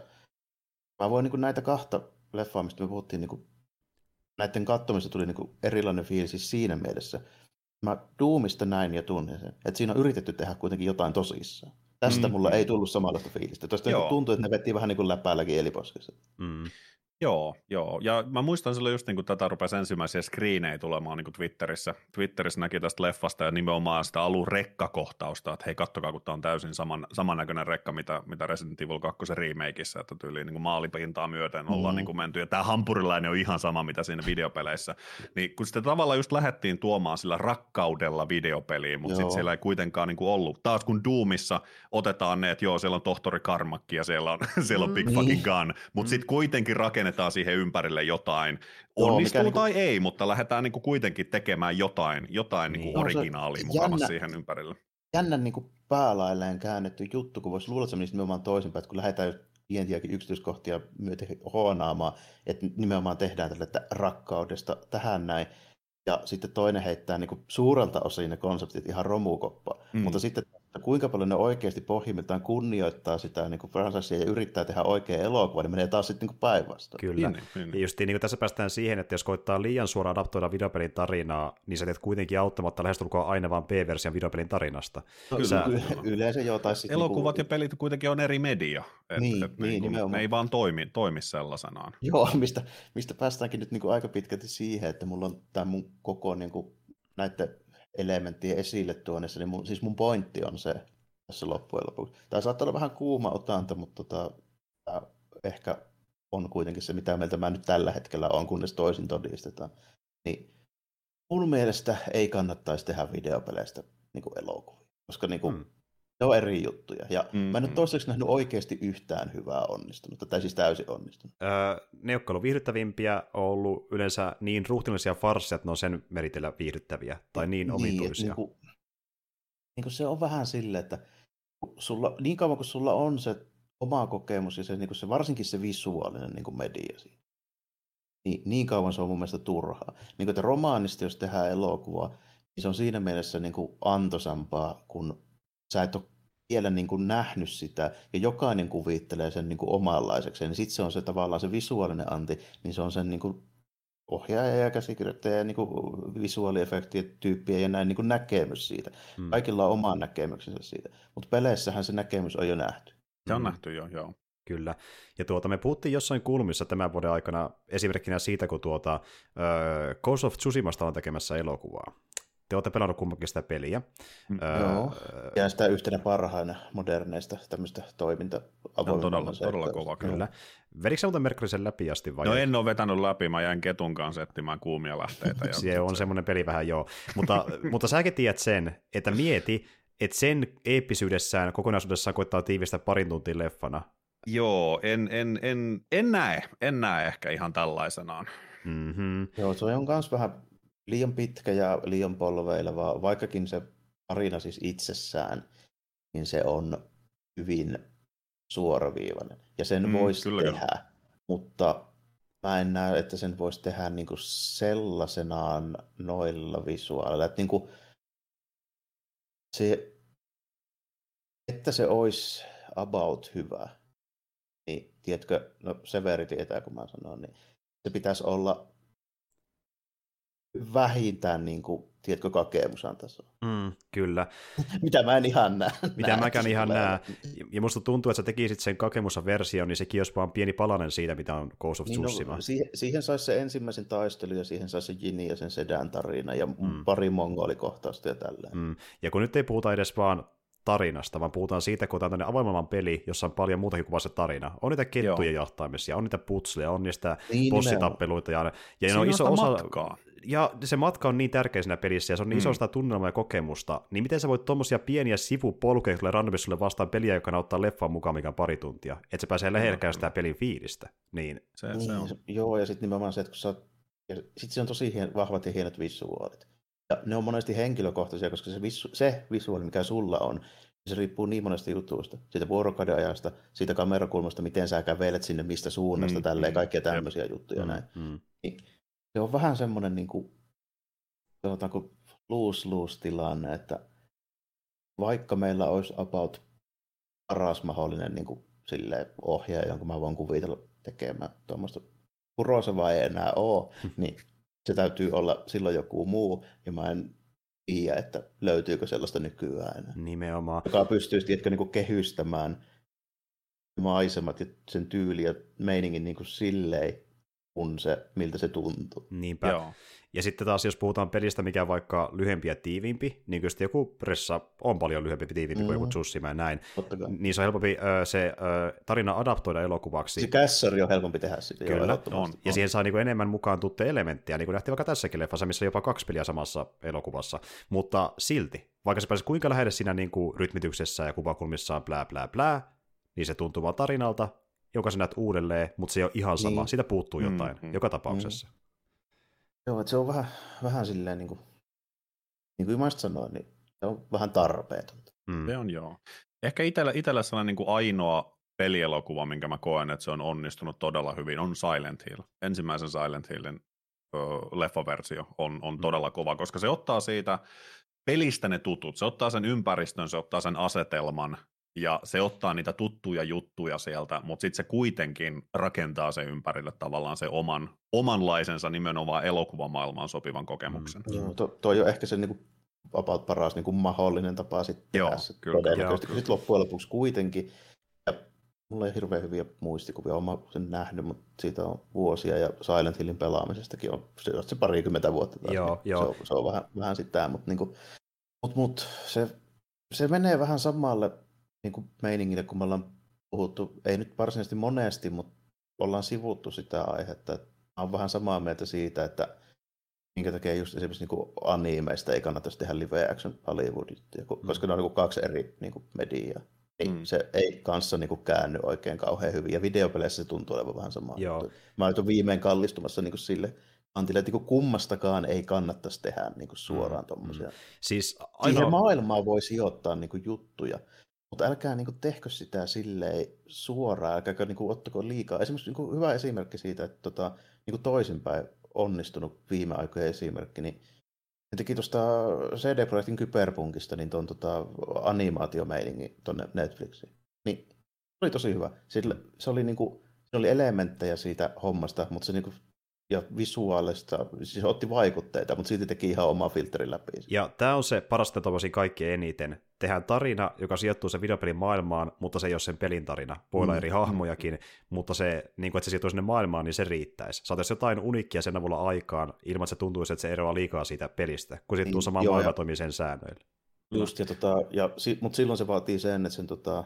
mä voin niin kuin näitä kahta leffaa, mistä me puhuttiin, niin kuin, näiden katsomista tuli niin kuin erilainen fiilis siis siinä mielessä. Mä Doomista näin ja tunnin sen, että siinä on yritetty tehdä kuitenkin jotain tosissaan. Tästä Mm. mulla ei tullut samanlaista fiilistä. Tuosta niin Joo. tuntuu, että ne veti vähän niin kuin läpäälläkin eliposkessa. Mm. Joo, joo. Ja mä muistan silloin just niin kuin tätä rupesi ensimmäisiä screenejä tulemaan niin kuin Twitterissä. Twitterissä näki tästä leffasta ja nimenomaan sitä alun rekkakohtausta, että hei kattokaa, kun tämä on täysin saman, samannäköinen rekka, mitä, mitä Resident Evil kaksi remakeissa, että tyyliin niin kuin maalipintaa myöten ollaan Mm. niin kuin menty. Ja tämä hampurilainen on ihan sama, mitä siinä videopeleissä. Niin kun sitten tavallaan just lähdettiin tuomaan sillä rakkaudella videopeliin, mutta Joo. sitten siellä ei kuitenkaan niin kuin ollut. Taas kun Doomissa otetaan ne, että joo, siellä on tohtori Karmakki ja siellä on, siellä on Big Mm. fucking gun, mutta Mm. sitten kuitenkin rakennetaan siihen ympärille jotain. Joo, Onnistuu mikä tai ei, mutta lähdetään niinku kuitenkin tekemään jotain, jotain Niin. niinku No, se originaalia mukavasti jännä- siihen ympärille. Jännän niin kuin päälailleen käännetty juttu, kun voisi luulla, että se menisi nimenomaan toisinpäin, että kun lähdetään pientiäkin yksityiskohtia myöten hoonaamaan, että nimenomaan tehdään tälle että rakkaudesta tähän näin, ja sitten toinen heittää niin kuin suurelta osin ne konseptit ihan romukoppaan, Mm. mutta sitten kuinka paljon ne oikeasti pohjimmiltaan kunnioittaa sitä niin kuin franchisea ja yrittää tehdä oikea elokuva, niin menee taas sitten niin kuin päinvastoin. Kyllä. Niin, niin, Ja niin. just niin kuin tässä päästään siihen, että jos koittaa liian suoraan adaptoida videopelin tarinaa, niin sä teet kuitenkin auttamatta lähestulkoon aina vaan B-version videopelin tarinasta. No, Sä- yle- yleensä jo, tai sitten Elokuvat niin ja pelit kuitenkin on eri media. Et, Niin, et niin, niinku, nimenomaan. ne ei vaan toimi, toimi sellaisenaan. Joo, mistä, mistä päästäänkin nyt niin kuin aika pitkälti siihen, että mulla on tämä mun koko niin kuin, näiden elementtien esille tuonnissa, niin mun, siis mun pointti on se tässä loppujen lopuksi. Tämä saattaa olla vähän kuuma otanta, mutta tota, tää ehkä on kuitenkin se, mitä mieltä mä nyt tällä hetkellä on, kunnes toisin todistetaan. Niin mun mielestä ei kannattaisi tehdä videopeleistä niin kuin elokuvia, koska niin kuin, Hmm. ne on eri juttuja. Ja Mm, mä en mm. nyt toistaiseksi nähnyt oikeasti yhtään hyvää onnistunutta, tai siis täysin onnistunut. Öö, ne, jotka on ollut viihdyttävimpiä, on ollut yleensä niin ruhtinallisia farsseja, että ne on sen meritellä viihdyttäviä, tai niin omituisia. Niin, kuin, niin kuin se on vähän silleen, että sulla, niin kauan kuin sulla on se oma kokemus ja se, niin kuin se varsinkin se visuaalinen niin kuin media siinä, niin, niin kauan se on mun mielestä turhaa. Niin kuin, että romaanista, jos tehdään elokuvaa, niin se on siinä mielessä niin kuin antoisampaa, kun sä et ole vielä niin kuin nähnyt sitä, ja jokainen kuvittelee sen niin kuin omanlaisekseen, niin sitten se on se tavallaan se visuaalinen anti, niin se on sen niin kuin ohjaaja ja käsikirjoittaja ja niin kuin visuaaliefektien tyyppiä ja näin niin kuin näkemys siitä. Hmm. Kaikilla on oma näkemyksensä siitä, mutta peleissähän se näkemys on jo nähty. Se on Mm. nähty jo, joo. Kyllä. Ja tuota, me puhuttiin jossain kulmissa tämän vuoden aikana esimerkkinä siitä, kun tuota, uh, Ghost of Tsushimasta on tekemässä elokuvaa. Te olette pelannut kummankin sitä peliä. Mm. Öö, Joo. Ja sitä yhtenä parhaina moderneista tämmöistä toiminta On todella, todella kova kyllä. Kyllä. Vedikö sä muuten Mercury sen läpi asti vai? No en ole vetänyt läpi, mä jäin ketun kanssa etsimään kuumia lähteitä. Ja Se on semmoinen peli vähän joo. Mutta, mutta säkin tiedät sen, että mieti, että sen eeppisyydessään kokonaisuudessaan koittaa tiivistää parin tuntia leffana. Joo, en, en, en, en näe, en näe ehkä ihan tällaisenaan. Mm-hmm. Joo, se on myös vähän liian pitkä ja liian polveileva, vaikkakin se tarina siis itsessään, niin se on hyvin suoraviivainen. Ja sen Mm, mm, voisi kyllä, tehdä, kyllä. Mutta mä en näe, että sen voisi tehdä niinku sellaisenaan noilla visuaaleilla. Että, niinku, se, että se olisi about hyvä, niin tiedätkö, no Severi tietää, kun mä sanon, niin se pitäisi olla vähintään, niin kuin, tiedätkö, Kakemusan tasoa. Mm, kyllä. Mitä mä en ihan näe. Mitä mäkään ihan näe. Ja musta tuntuu, että sä tekisit sen Kakemusan version, niin sekin olisi vaan pieni palanen siitä, mitä on Ghost of Niin, Tsushima. no, siihen, siihen saisi se ensimmäisen taistelun ja siihen saisi se Jini ja sen Sedan tarina ja Mm. pari mongolikohtausta ja tälleen. Mm. Ja kun nyt ei puhuta edes vaan tarinasta, vaan puhutaan siitä, kun tämä on avoimemman peli, jossa on paljon muutakin kuin vaan se tarina. On niitä kettuja jahtaamisia, on niitä putsleja, on niistä Niin, bossitappeluita. Ja, ja ne Siinä on iso osa, matkaa. ja se matka on niin tärkeä siinä pelissä, ja se on niin Mm. iso sitä tunnelmaa ja kokemusta, niin miten sä voit tommosia pieniä sivupolkuja tulee randomissa sulle vastaan peliä, joka nauttaa leffan mukaan, mikä on pari tuntia, että se pääsee lähellekään sitä pelin fiilistä. Niin. Se, Niin, se on. se- joo, ja sitten nimenomaan se, että kun sä oot, ja sit se on tosi hien, vahvat ja hienot visuaalit. Ja ne on monesti henkilökohtaisia, koska se, visu, se visuaali, mikä sulla on, se riippuu niin monesta jutuista. Siitä vuorokauden ajasta, siitä kamerakulmasta, miten sä kävelet sinne, mistä suunnasta, Mm, tälleen, mm, kaikkia jep. tämmöisiä juttuja Mm, näin. mm. Se on vähän semmoinen, niin kuin, sanotaanko lose-lose-tilanne, että vaikka meillä olisi about paras mahdollinen niin kuin, silleen, ohjaaja, jonka mä voin kuvitella tekemään tuommoista Kurosawa ei enää ole, niin se täytyy olla silloin joku muu, ja mä en tiedä, että löytyykö sellaista nykyään enää. Nimenomaan. Joka pystyisi tiedätkö, niin kuin kehystämään maisemat ja sen tyyli ja meiningin niin kuin silleen, kun se, miltä se tuntuu. Niinpä. Joo. Ja sitten taas, jos puhutaan pelistä, mikä on vaikka lyhempi ja tiiviimpi, niin kyllä joku Pressa on paljon lyhempi ja tiiviimpi mm. kuin joku Tsushima ja näin, niin se on helpompi ö, se ö, tarina adaptoida elokuvaksi. Se kässäri on helpompi tehdä sitä. Kyllä, on. Ja siihen saa niinku enemmän mukaan tuttuja elementtejä, niin kuin nähtiin vaikka tässäkin leffassa, missä on jopa kaksi peliä samassa elokuvassa. Mutta silti, vaikka se pääsisi kuinka lähelle siinä niinku rytmityksessä ja kuvakulmissaan blää blää blää, niin se tuntuu vaan tarinalta, jonka sä näet uudelleen, mutta se ei ole ihan sama. Niin. Siitä puuttuu jotain, mm, mm, joka tapauksessa. Mm. Joo, että se on vähän, vähän silleen, niin kuin, niin kuin mä sanoin, niin se on vähän tarpeetonta. Mm. Se on joo. Ehkä itsellä, itsellä sellainen niin kuin ainoa pelielokuva, minkä mä koen, että se on onnistunut todella hyvin, on Silent Hill. Ensimmäisen Silent Hillin ö, leffaversio on, on todella kova, koska se ottaa siitä pelistä ne tutut, se ottaa sen ympäristön, se ottaa sen asetelman, ja se ottaa niitä tuttuja juttuja sieltä, mutta sitten se kuitenkin rakentaa sen ympärille tavallaan se oman, omanlaisensa nimenomaan elokuvamaailmaan sopivan kokemuksen. Mm. Joo, to, toi on ehkä se niinku about paras niinku mahdollinen tapa sitten tehdä se todennäköisesti, kun sitten loppujen lopuksi kuitenkin, ja mulla ei hirveän hyviä muistikuvia, olen sen nähnyt, mutta siitä on vuosia, ja Silent Hillin pelaamisestakin on se, se parikymmentä vuotta taas, joo, niin joo. Se, on, se on vähän, vähän sitä, mutta niinku, mut, mut, se, se menee vähän samalle niin kuin meiningille, kun me ollaan puhuttu, ei nyt varsinaisesti monesti, mutta ollaan sivuttu sitä aihetta. Että mä oon vähän samaa mieltä siitä, että minkä takia just esimerkiksi niin kuin animeista ei kannattaisi tehdä live action Hollywoodit, koska mm. ne on niin kuin kaksi eri niin kuin mediaa. Niin mm. se ei kanssa niin kuin käänny oikein kauhean hyvin, ja videopeleissä se tuntuu olevan vähän samaa. Mä oon viimein kallistumassa niin kuin sille Antille, että niin kummastakaan ei kannattaisi tehdä niin kuin suoraan mm. tommosia. Siis ainoa... Siihen maailmaan voi sijoittaa niin kuin juttuja. Mutta älkää niinku tehkö sitä silleen suoraan, älkääkä niinku ottako liikaa. Esimerkiksi niinku hyvä esimerkki siitä, että tota, niinku toisinpäin onnistunut viime aikojen esimerkki, niin ne teki tuosta C D-projektin Kyberpunkista niin tuon tota, animaatiomeiningin tuonne Netflixiin. Niin se oli tosi hyvä. Sillä, se oli niinku, se oli elementtejä siitä hommasta, mutta se niinku ja visuaalista, siis otti vaikutteita, mutta silti teki ihan oma filterin läpi. Ja tämä on se parasta toivoisin kaikkein eniten. Tehdään tarina, joka sijoittuu sen videopelin maailmaan, mutta se ei ole sen pelin tarina. Voi olla mm. eri hahmojakin, mutta se, niin kuin, että se sijoittuu sinne maailmaan, niin se riittäisi. Saataisiin jotain uniikkia sen avulla aikaan, ilman että se tuntuisi, että se eroaa liikaa siitä pelistä, kun sijoittuu samaan niin, maailmaan toimii sen säännöillä. Just, ja tota, ja, mutta silloin se vaatii sen, että sen tota,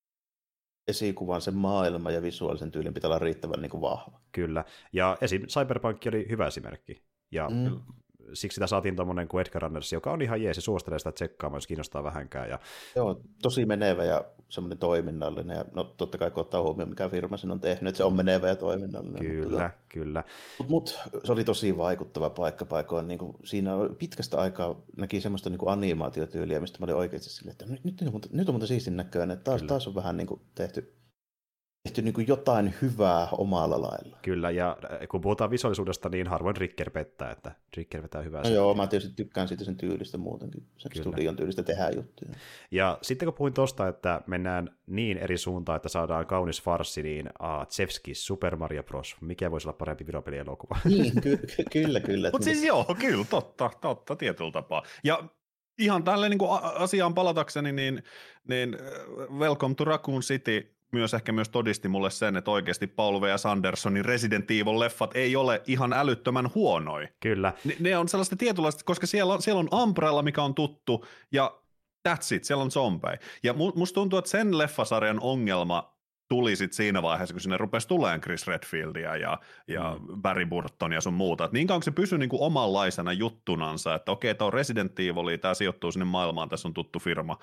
esikuvan, sen maailman ja visuaalisen tyylin pitää olla riittävän niin kuin vahva. Kyllä, ja esim. Cyberpunk oli hyvä esimerkki, ja mm. siksi sitä saatiin tommonen kuin Edgar Runners, joka on ihan jees, ja suosittelen sitä tsekkaamaan, jos kiinnostaa vähänkään. Ja... Joo, tosi menevä ja semmoinen toiminnallinen, ja no totta kai kun ottaa huomioon, mikä firma sen on tehnyt, että se on menevä ja toiminnallinen. Kyllä, mutta, kyllä. Mutta mut, se oli tosi vaikuttava paikka paikoin, niin kuin siinä pitkästä aikaa näki semmoista niin kuin animaatiotyyliä, mistä mä olin oikeasti silleen, että nyt, nyt, nyt, nyt on muuten siistin näköinen, että taas, taas on vähän niin kuin tehty tehty niin kuin jotain hyvää omalla lailla. Kyllä, ja kun puhutaan visuaalisuudesta, niin harvoin Ricker pettää, että Ricker vetää hyvää. No joo, mä tietysti tykkään siitä sen tyylistä muutenkin, sen Kyllä. studion tyylistä tehdään juttuja. Ja sitten kun puhuin tosta, että mennään niin eri suuntaan, että saadaan kaunis farssi, niin ah, Zevskis Super Mario Bros. Mikä voisi olla parempi videopelielokuva? Niin, ky- ky- kyllä, kyllä. Mutta siis joo, kyllä, totta, totta, tietyllä tapaa. Ja ihan tälleen niin kuin asiaan palatakseni, niin, niin Welcome to Raccoon City myös ehkä myös todisti mulle sen, että oikeasti Paul W S. Andersonin Resident Evil-leffat ei ole ihan älyttömän huonoja. Kyllä. Ne, ne on sellaista tietynlaista, koska siellä on, siellä on Umbrella, mikä on tuttu, ja that's it, siellä on zombeja. Ja musta tuntuu, että sen leffasarjan ongelma tuli sitten siinä vaiheessa, kun sinne rupesi tulemaan Chris Redfieldia ja, ja mm. Barry Burton ja sun muuta. Et niin kauan se pysyi niinku omanlaisena juttunansa, että okei, tämä on Resident Evil, tämä sijoittuu sinne maailmaan, tässä on tuttu firma.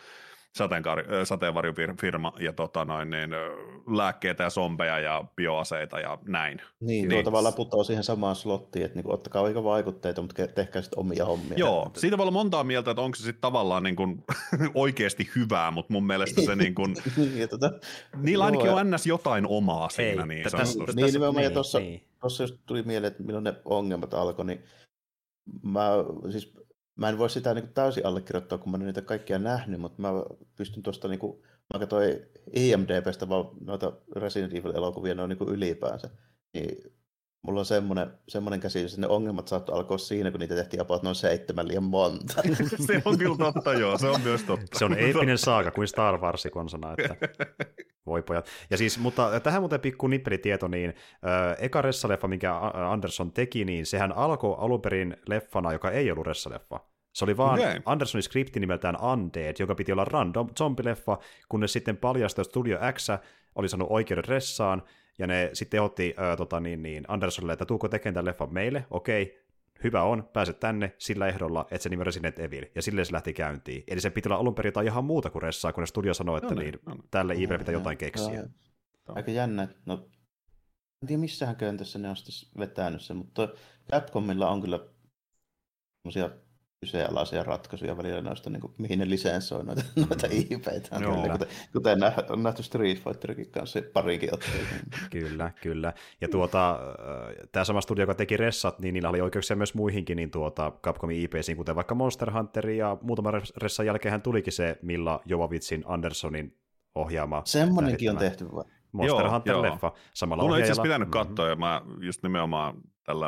sateenvarjofirma ja tota noin, niin, lääkkeitä ja zombeja ja bioaseita ja näin. Niin, tuo tavallaan putoaa siihen samaan slottiin, että niinku, ottakaa aika vaikutteita, mutta tehkää sitten omia hommia. Joo, siitä voi olla montaa mieltä, että onko se sitten tavallaan niin kuin oikeasti hyvää, mutta mun mielestä se niin kuin, niin, tota, niillä ainakin on ns. Jotain omaa siinä. Ei, niin sanotusti. Niin, nimenomaan, ja tuossa niin. Jos tuli mieleen, että milloin ne ongelmat alkoi, niin mä siis mä en voi sitä niin kuin täysin allekirjoittaa, kun mä en ole niitä kaikkia nähnyt, mutta mä pystyn tuosta, niin kuin, mä katsoin I M D B:stä vaan noita Resident Evil-elokuvia, ne on niin kuin ylipäänsä, niin mulla on semmoinen, semmoinen käsitys, että ne ongelmat saattoi alkaa siinä, kun niitä tehtiin about noin seitsemän liian monta. Se on kyllä totta, joo, se on myös totta. Se on eeppinen saaga kuin Star Wars konsana, että voi pojat. Ja siis, mutta tähän muuten pikku nippelitieto, niin äh, eka ressaleffa, minkä Anderson teki, niin sehän alkoi alun perin leffana, joka ei ollut ressaleffa. Se oli vaan okay. Andersonin skripti nimeltään Undead, joka piti olla random zombileffa, kunnes sitten paljastui, että Studio X oli saanut oikeuden ressaan, ja ne sitten otti äh, tota, niin, niin Andersonille, että tuuko tekemään tämän leffan meille, okei, hyvä on, pääset tänne sillä ehdolla, että se nimi Resident Evil, ja silleen se lähti käyntiin. Eli se piti olla alun perin jotain ihan muuta kuin ressaa, kun studio sanoi, että no, niin, no, tälle I P pitää jotain keksiä. No, aika jännä. No, en tiedä missähän köntössä ne on sitten vetänyt sen, mutta Capcomilla on kyllä semmoisia kyseenalaisia ratkaisuja välillä noista, niin kuin, mihin ne lisenssoi noita, noita I P:itä. Kuten, kuten on nähty Street Fighterikin kanssa parikin otteeseen. Kyllä, kyllä. Ja tuota, tämä sama studio, joka teki ressat, niin niillä oli oikeuksia myös muihinkin niin tuota, Capcomin I P:siin, kuten vaikka Monster Hunterin, ja muutaman ressan jälkeen tulikin se Milla Jovovicin Andersonin ohjaama. Semmoinenkin on tehty vai? Monster Hunter-leffa. Samalla mun on itse asiassa pitänyt katsoa, ja mä just nimenomaan tällä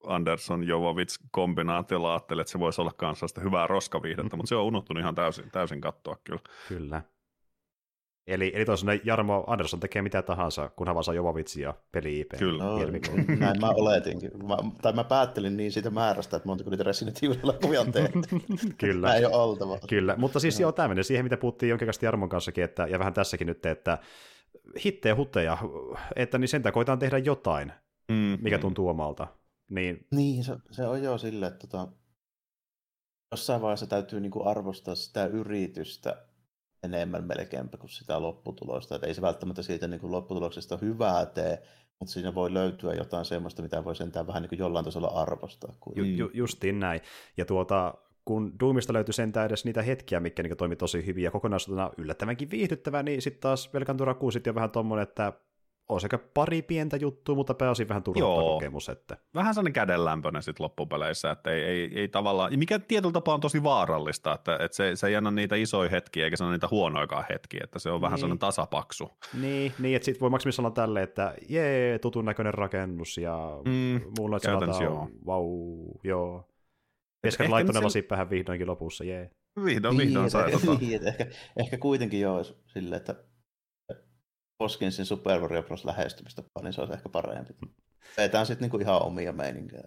Anderson-Jovovich-kombinaatiolla ajattelin, että se voisi olla kanssa sitä hyvää roskaviihdettä, mutta se on unohtunut ihan täysin, täysin katsoa kyllä. Kyllä. Eli, eli tosiaan Jarmo Anderson tekee mitä tahansa, kunhan vaan saa Jovovitsia peli-I P. Kyllä. No, näin mä oletinkin. Mä, tai mä päättelin niin siitä määrästä, että montako niitä Resident Evil-elokuvia on tehty. Kyllä. Mä ei ole oltava. Kyllä, mutta siis joo, tämmöinen siihen, mitä puhuttiin jonkin kanssa Jarmon kanssakin, että, ja vähän tässäkin nyt, että hittejä hutteja, että niin sentään koetaan tehdä jotain, mm, mikä mm. tuntuu omalta. Niin, niin se, se on jo silleen, että tota, jossain vaiheessa täytyy niinku arvostaa sitä yritystä enemmän melkeinpä kuin sitä lopputulosta. Et ei se välttämättä siitä niinku lopputuloksesta hyvää tee, mutta siinä voi löytyä jotain semmoista, mitä voi sentään vähän niinku jollain tasolla arvostaa. Ju, ju, justiin näin. Ja tuota, kun Doomista löytyi sentään edes niitä hetkiä, mitkä niinku toimi tosi hyvin ja kokonaisuutena yllättävänkin viihdyttävää, niin sitten taas Velcantura kuusi on vähän tommoinen, että on sekä pari pientä juttua, mutta pääosin vähän turvattava kokemus. Että. Vähän sellainen kädenlämpöinen sitten loppupeleissä, että ei, ei, ei tavallaan, mikä tietyllä tapaa on tosi vaarallista, että, että se, se ei anna niitä isoja hetkiä, eikä se anna niitä huonoikaan hetkiä, että se on niin. Vähän sellainen tasapaksu. Niin, niin että sitten voi maksimissaan olla tälleen, että jee, tutun näköinen rakennus ja mm, muulla, että sanotaan, joo. Vau, joo. Veskari laittoi ne lasit päähän vihdoinkin lopussa, jee. Vihdoin, vihdoin niin, sai. Tota. Niin, ehkä, ehkä kuitenkin joo, silleen, että Hoskinsin Super Mario Bros. Lähestymistä, niin se olisi ehkä parempi. Vetään sitten niinku ihan omia meininkejä.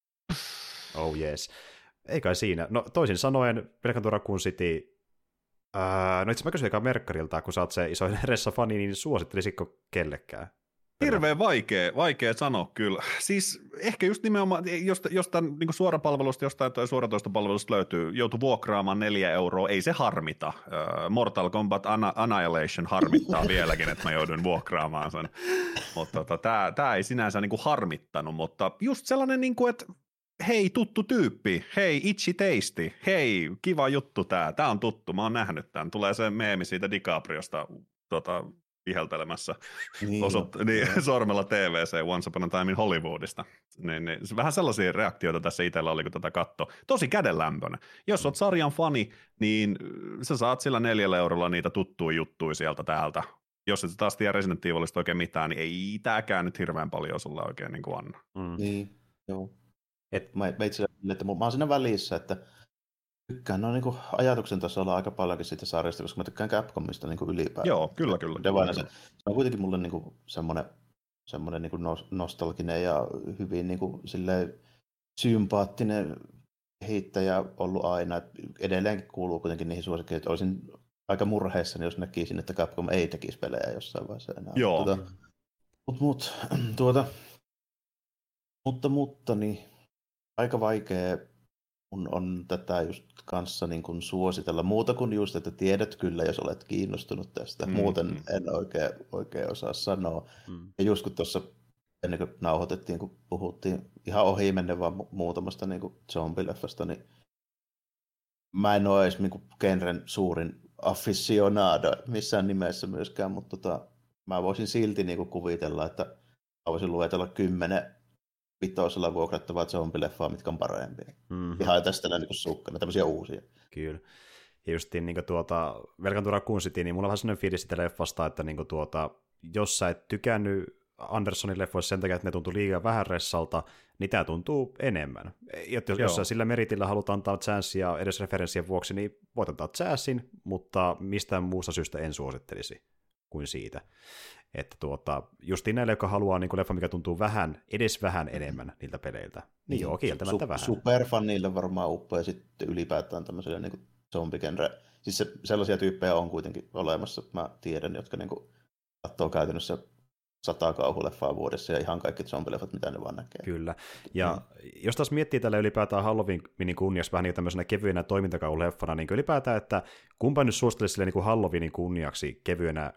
Oh yes. Ei kai siinä. No toisin sanoen, Velcantua Raccoon City, ää, no itse mä kysyin eka Merkkarilta, kun sä oot se iso Ressa-fani, niin suosittelisitko kellekään? Hirveän vaikea, vaikea sanoa kyllä. Siis ehkä just nimenomaan, jos, jostain niin suorapalvelusta, jostain tai suoratoistopalvelusta löytyy, joutuu vuokraamaan neljä euroa, ei se harmita. Uh, Mortal Kombat Annihilation harmittaa vieläkin, että mä joudun vuokraamaan sen. Mutta tota, tämä, tämä ei sinänsä niin kuin harmittanut, mutta just sellainen, niin kuin, että hei, tuttu tyyppi, hei, itchy tasty, hei, kiva juttu tämä, tämä on tuttu, mä oon nähnyt tämän. Tulee se meemi siitä DiCapriosta, tota, viheltelemässä niin, Osut, no, niin, sormella T V C Once Upon a Time in Hollywoodista. Niin, niin, vähän sellaisia reaktioita tässä itsellä oli, kun tätä katsoi. Tosi kädenlämpöinen. Jos mm. oot sarjan fani, niin sä saat sillä neljällä eurolla niitä tuttuja juttuja sieltä täältä. Jos et taas tiedä Resident Evilista oikein mitään, niin ei tääkään nyt hirveän paljon sulle oikein niin kuin anna. Mm. Niin, joo. Et mä, mä itse että mä oon siinä välissä, että tykkään no, niin kuin ajatuksen tasolla aika paljonkin siitä sarjasta, koska mä tykkään Capcomista niin kuin ylipäätään. Joo, kyllä, kyllä. Devana, se, se on kuitenkin mulle niin kuin semmoinen, semmoinen niin kuin nostalginen ja hyvin niin kuin, silleen, sympaattinen kehittäjä ollut aina. Et edelleenkin kuuluu kuitenkin niihin suosikkeihin, että olisin aika murheissani, jos näkisin, että Capcom ei tekisi pelejä jossain vaiheessa enää. Joo. Tuota, mut, mut, tuota, mutta, mutta, niin aika vaikea mun on tätä just kanssa niin kuin suositella. Muuta kuin just, että tiedät kyllä, jos olet kiinnostunut tästä. Mm, Muuten mm. en oikein, oikein osaa sanoa. Mm. Ja just kun tuossa ennen kuin nauhoitettiin, kun puhuttiin ihan ohi menne vaan muutamasta niin kuin zombileffasta, niin mä en ole edes niin kuin genren suurin aficionado missään nimessä myöskään, mutta tota, mä voisin silti niin kuin kuvitella, että mä voisin luetella kymmenen vitosella vuokrattavaa zombileffaa, mitkä on parempia. Mm-hmm. Ihan tästä näin niin sukkana, tämmöisiä uusia. Kyllä. Ja justiin niin tuota, Welcome to Raccoon City, niin mulla on vähän sellainen fiilis sitä leffasta, että niin tuota, jos sä et tykännyt Andersonin leffoissa sen takia, että ne tuntuu liian vähän ressalta, niin tämä tuntuu enemmän. Ja jos, jos sä sillä meritillä halutaan antaa chanssia edes referenssien vuoksi, niin voit antaa chanssin, mutta mistään muusta syystä en suosittelisi kuin siitä. Että tuota, justiin näille, jotka haluaa niin leffa, mikä tuntuu vähän, edes vähän enemmän niiltä peleiltä, niin joo, kieltämättä su- vähän. Superfanille varmaan uppoja sitten ylipäätään tämmöiselle niin zombigenre. Siis se, sellaisia tyyppejä on kuitenkin olemassa, mä tiedän, jotka niin katsoo käytännössä sata kauhuleffaa vuodessa ja ihan kaikki zombileffat, mitä ne vaan näkee. Kyllä. Ja mm. jos taas miettii tällä ylipäätään Halloweenin kunniaksi vähän niin tämmöisenä kevyenä toimintakauhuleffana, niin ylipäätään, että kumpa nyt suosittelisi sille niin Halloweenin kunniaksi kevyenä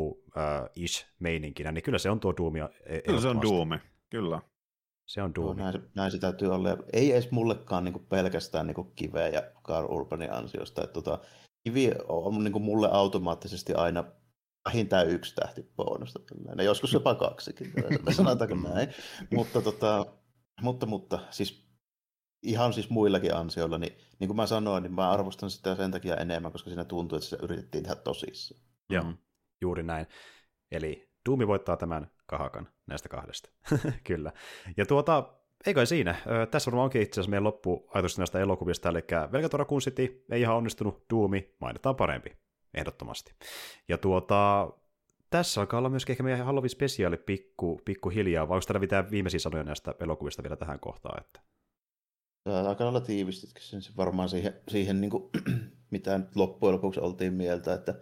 kauhu-ish-meininkinä, niin kyllä se on tuo Doom. Kyllä se on Doom, kyllä. Se on Doom. No, näin, näin se täytyy olla. Ei edes mullekaan niin kuin pelkästään niin kuin kiveä ja Carl Urbanin ansiosta. Että, tota, kivi on niin kuin mulle automaattisesti aina vähintään yksi tähti bonusta. Ja joskus jopa kaksikin, sanotaanko näin. mutta, tota, mutta, mutta siis ihan siis muillakin ansioilla, niin, niin kuin mä sanoin, niin mä arvostan sitä sen takia enemmän, koska siinä tuntuu, että sitä yritettiin tehdä tosissaan. Joo, mm, juuri näin. Eli Doom voittaa tämän kahakan näistä kahdesta. Kyllä. Ja tuota, eikö siinä. Tässä varmaan onkin itse asiassa meidän loppuajatus näistä elokuvista, eli Welcome to Raccoon City ei ihan onnistunut, Doom mainitaan parempi. Ehdottomasti. Ja tuota, tässä alkaa olla myöskin ehkä meidän Halloween-spesiaali pikku, pikku hiljaa, vai onko täällä mitään viimeisiä sanoja näistä elokuvista vielä tähän kohtaan? Että... Tämä aika lailla tiivistitkin sen varmaan siihen, siihen niin kuin, mitä nyt loppujen lopuksi oltiin mieltä, että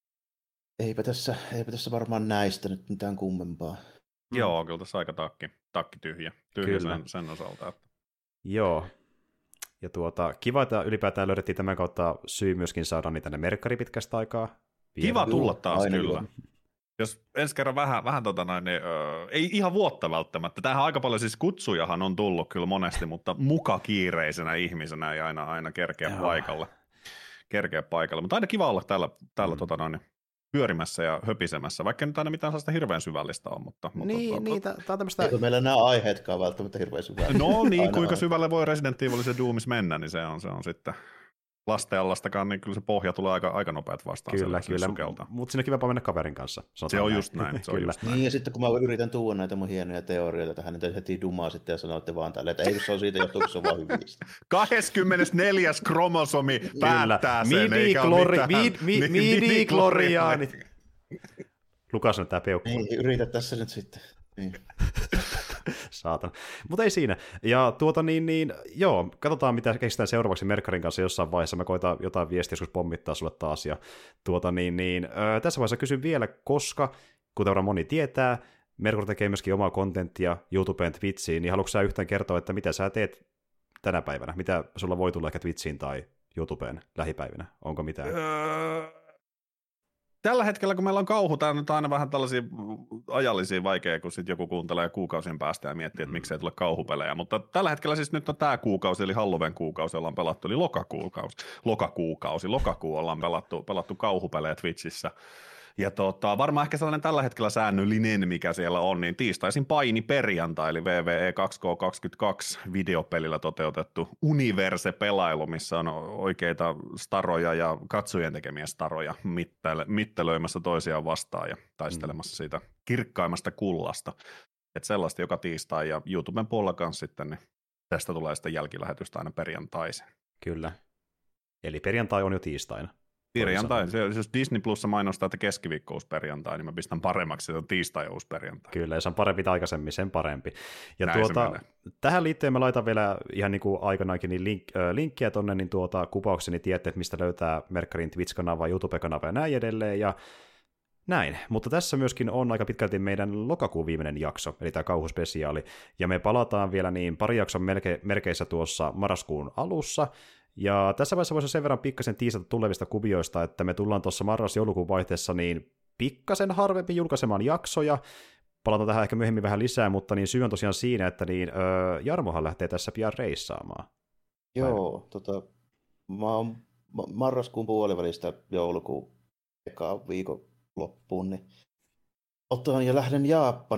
eipä tässä, eipä tässä varmaan näistä nyt mitään kummempaa. Joo, kyllä tässä aika takki, takki tyhjä, tyhjä sen, sen osalta. Että... Joo. Ja tuota, kiva, että ylipäätään löydettiin tämän kautta syy myöskin saada niitä tänne merkkari pitkästä aikaa. Vielä. Kiva tulla taas Aina kyllä. Kyllä. Jos ensi kerran vähän, vähän tota noin, niin, öö, ei ihan vuotta välttämättä. Tähän aika paljon siis kutsujahan on tullut kyllä monesti, mutta muka kiireisenä ihmisenä ei aina, aina kerkeä Joo. paikalle. Kerkeä paikalle. Mutta aina kiva olla täällä, täällä mm. tota noin, pyörimässä ja höpisemässä, vaikka nyt aina mitään sellaista hirveän syvällistä on. Mutta, niin, mutta, niin, tämä on tämmöistä... Eikö meillä nämä aiheetkaan välttämättä hirveän syvällistä? No niin, Aina kuinka on. syvälle voi Resident Evil ja Doomis mennä, niin se on, se on sitten lasteallastakaan, niin kyllä se pohja tulee aika, aika nopeat vastaan. Kyllä, kyllä, mutta siinä on kivempaa mennä kaverin kanssa. Se on näin. Just näin. Se on just näin. Niin, ja sitten kun mä yritän tuoda näitä mun hienoja teorioita tähän, niin te heti dumaa sitten ja sanotte vaan tälle, että ei se on siitä johtuu, kun se on vaan hyvistä. kaksikymmentäneljäs kromosomi päättää sen, eikä ole mitään. Midi-kloriaanit. Lukas näyttää peukkuun. Niin, yritä tässä nyt sitten. Niin. Saatan. Mutta ei siinä. Ja tuota niin, niin joo, katsotaan mitä keksitään seuraavaksi Merkkarin kanssa jossain vaiheessa. Mä koitan jotain viestiä joskus pommittaa sulle taas. Ja tuota niin, niin öö, tässä vaiheessa kysyn vielä, koska, kuten varmaan moni tietää, Merkur tekee myöskin omaa kontenttia YouTubeen, Twitchiin, niin haluatko sä yhtään kertoa, että mitä sä teet tänä päivänä? Mitä sulla voi tulla ehkä Twitchiin tai YouTubeen lähipäivinä? Onko mitään? Öö... Tällä hetkellä, kun meillä on kauhu, tämä on nyt aina vähän tällaisia ajallisia vaikeja, kun sitten joku kuuntelee kuukausien päästä ja miettii, että miksei tule kauhupelejä. Mutta tällä hetkellä siis nyt on tämä kuukausi, eli Halloween kuukausi ollaan pelattu, eli lokakuukausi, lokakuukausi, lokakuu ollaan pelattu, pelattu kauhupelejä Twitchissä. Ja tota, varmaan ehkä sellainen tällä hetkellä säännöllinen, mikä siellä on, niin tiistaisin paini perjantai, eli W W E kaksi K kaksikymmentäkaksi videopelillä toteutettu Universe-pelailu, missä on oikeita staroja ja katsojien tekemiä staroja mittele- mittelöimässä toisiaan vastaan ja taistelemassa siitä kirkkaimmasta kullasta. Että sellaista joka tiistai ja YouTuben puolella kanssa sitten, niin tästä tulee sitten jälkilähetystä aina perjantaisin. Kyllä. Eli perjantai on jo tiistaina. Perjantai. Se, jos Disney Plussa mainostaa, että keskiviikko uusi perjantai, niin mä pistän paremmaksi, että on tiistai uusi perjantai. Kyllä, jos on parempi aikaisemmin, sen parempi. Ja tuota, tähän liittyen mä laitan vielä ihan niin kuin aikanaankin niin link, äh, linkkiä tonne niin tuota, kupaukseni, niin tiedätte, että mistä löytää Merkkarin Twitch-kanava, YouTube-kanava ja näin edelleen. Ja näin, mutta tässä myöskin on aika pitkälti meidän lokakuun viimeinen jakso, eli tämä kauhuspesiaali. Ja me palataan vielä niin pari jakson melke, merkeissä tuossa marraskuun alussa. Ja tässä vaiheessa voisi sen verran pikkasen tiisata tulevista kuvioista, että me tullaan tuossa marras-joulukuun vaihteessa niin pikkasen harvemmin julkaisemaan jaksoja. Palataan tähän ehkä myöhemmin vähän lisää, mutta niin syy on tosiaan siinä, että niin, öö, Jarmohan lähtee tässä pian reissaamaan. Joo, tota, mä oon marraskuun puolivälistä joulukuun eka viikon loppuun, niin otan ja lähden Japaniin nyt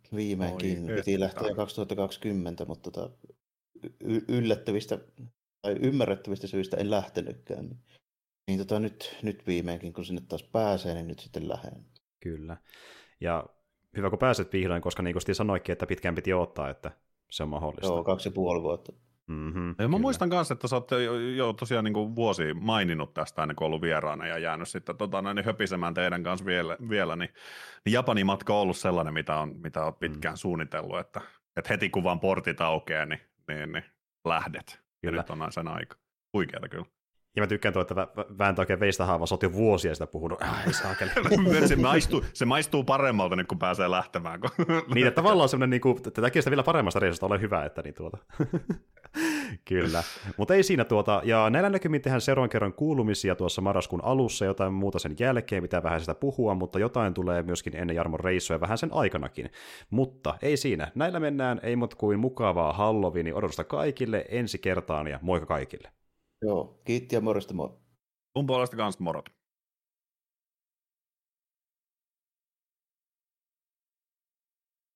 viimeinkin. Oi, Piti että. lähteä kaksituhattakaksikymmentä, mutta tota, y- yllättävistä tai ymmärrettävistä syistä en lähtenytkään. Niin, niin tota, nyt, nyt viimeinkin, kun sinne taas pääsee, niin nyt sitten lähden. Kyllä. Ja hyvä, kun pääset vihdoin, koska niin kuin sanoikin, että pitkään piti odottaa, että se on mahdollista. Joo, kaksi ja puoli vuotta. Mm-hmm, ja kyllä. mä muistan kanssa, että sä oot jo, jo tosiaan niin kuin vuosia maininnut tästä aina, kun ollut vieraana ja jäänyt sitten tota, näin höpisemään teidän kanssa vielä, vielä niin, niin Japanin matka on ollut sellainen, mitä, on, mitä oot pitkään mm. suunnitellut, että, että heti kun vaan portit aukeaa, niin, niin, niin lähdet. Kyllä. Ja nyt on sen aika. Huikeata kyllä. Ja mä tykkään tuo, että vääntää oikein veistä haavaa, sä oot jo vuosia sitä puhunut. Ai saakeli. se, maistuu, se maistuu paremmalta nyt, kun pääsee lähtemään. Kun... niin, että tavallaan semmoinen, niin kuin, tätäkin sitä vielä paremmasta reissusta, ole hyvä, että niin tuota. Kyllä, mutta ei siinä tuota, ja näillä näkymin tehdään seuraavan kerran kuulumisia tuossa marraskuun alussa, jotain muuta sen jälkeen, mitä vähän sitä puhua, mutta jotain tulee myöskin ennen Jarmon reissuja vähän sen aikanakin. Mutta ei siinä, näillä mennään, ei muuta kuin mukavaa Halloweenin odotusta kaikille ensi kertaan ja moikka kaikille. Joo, kiitti ja morjesta moi. Mun puolesta kanssa morot.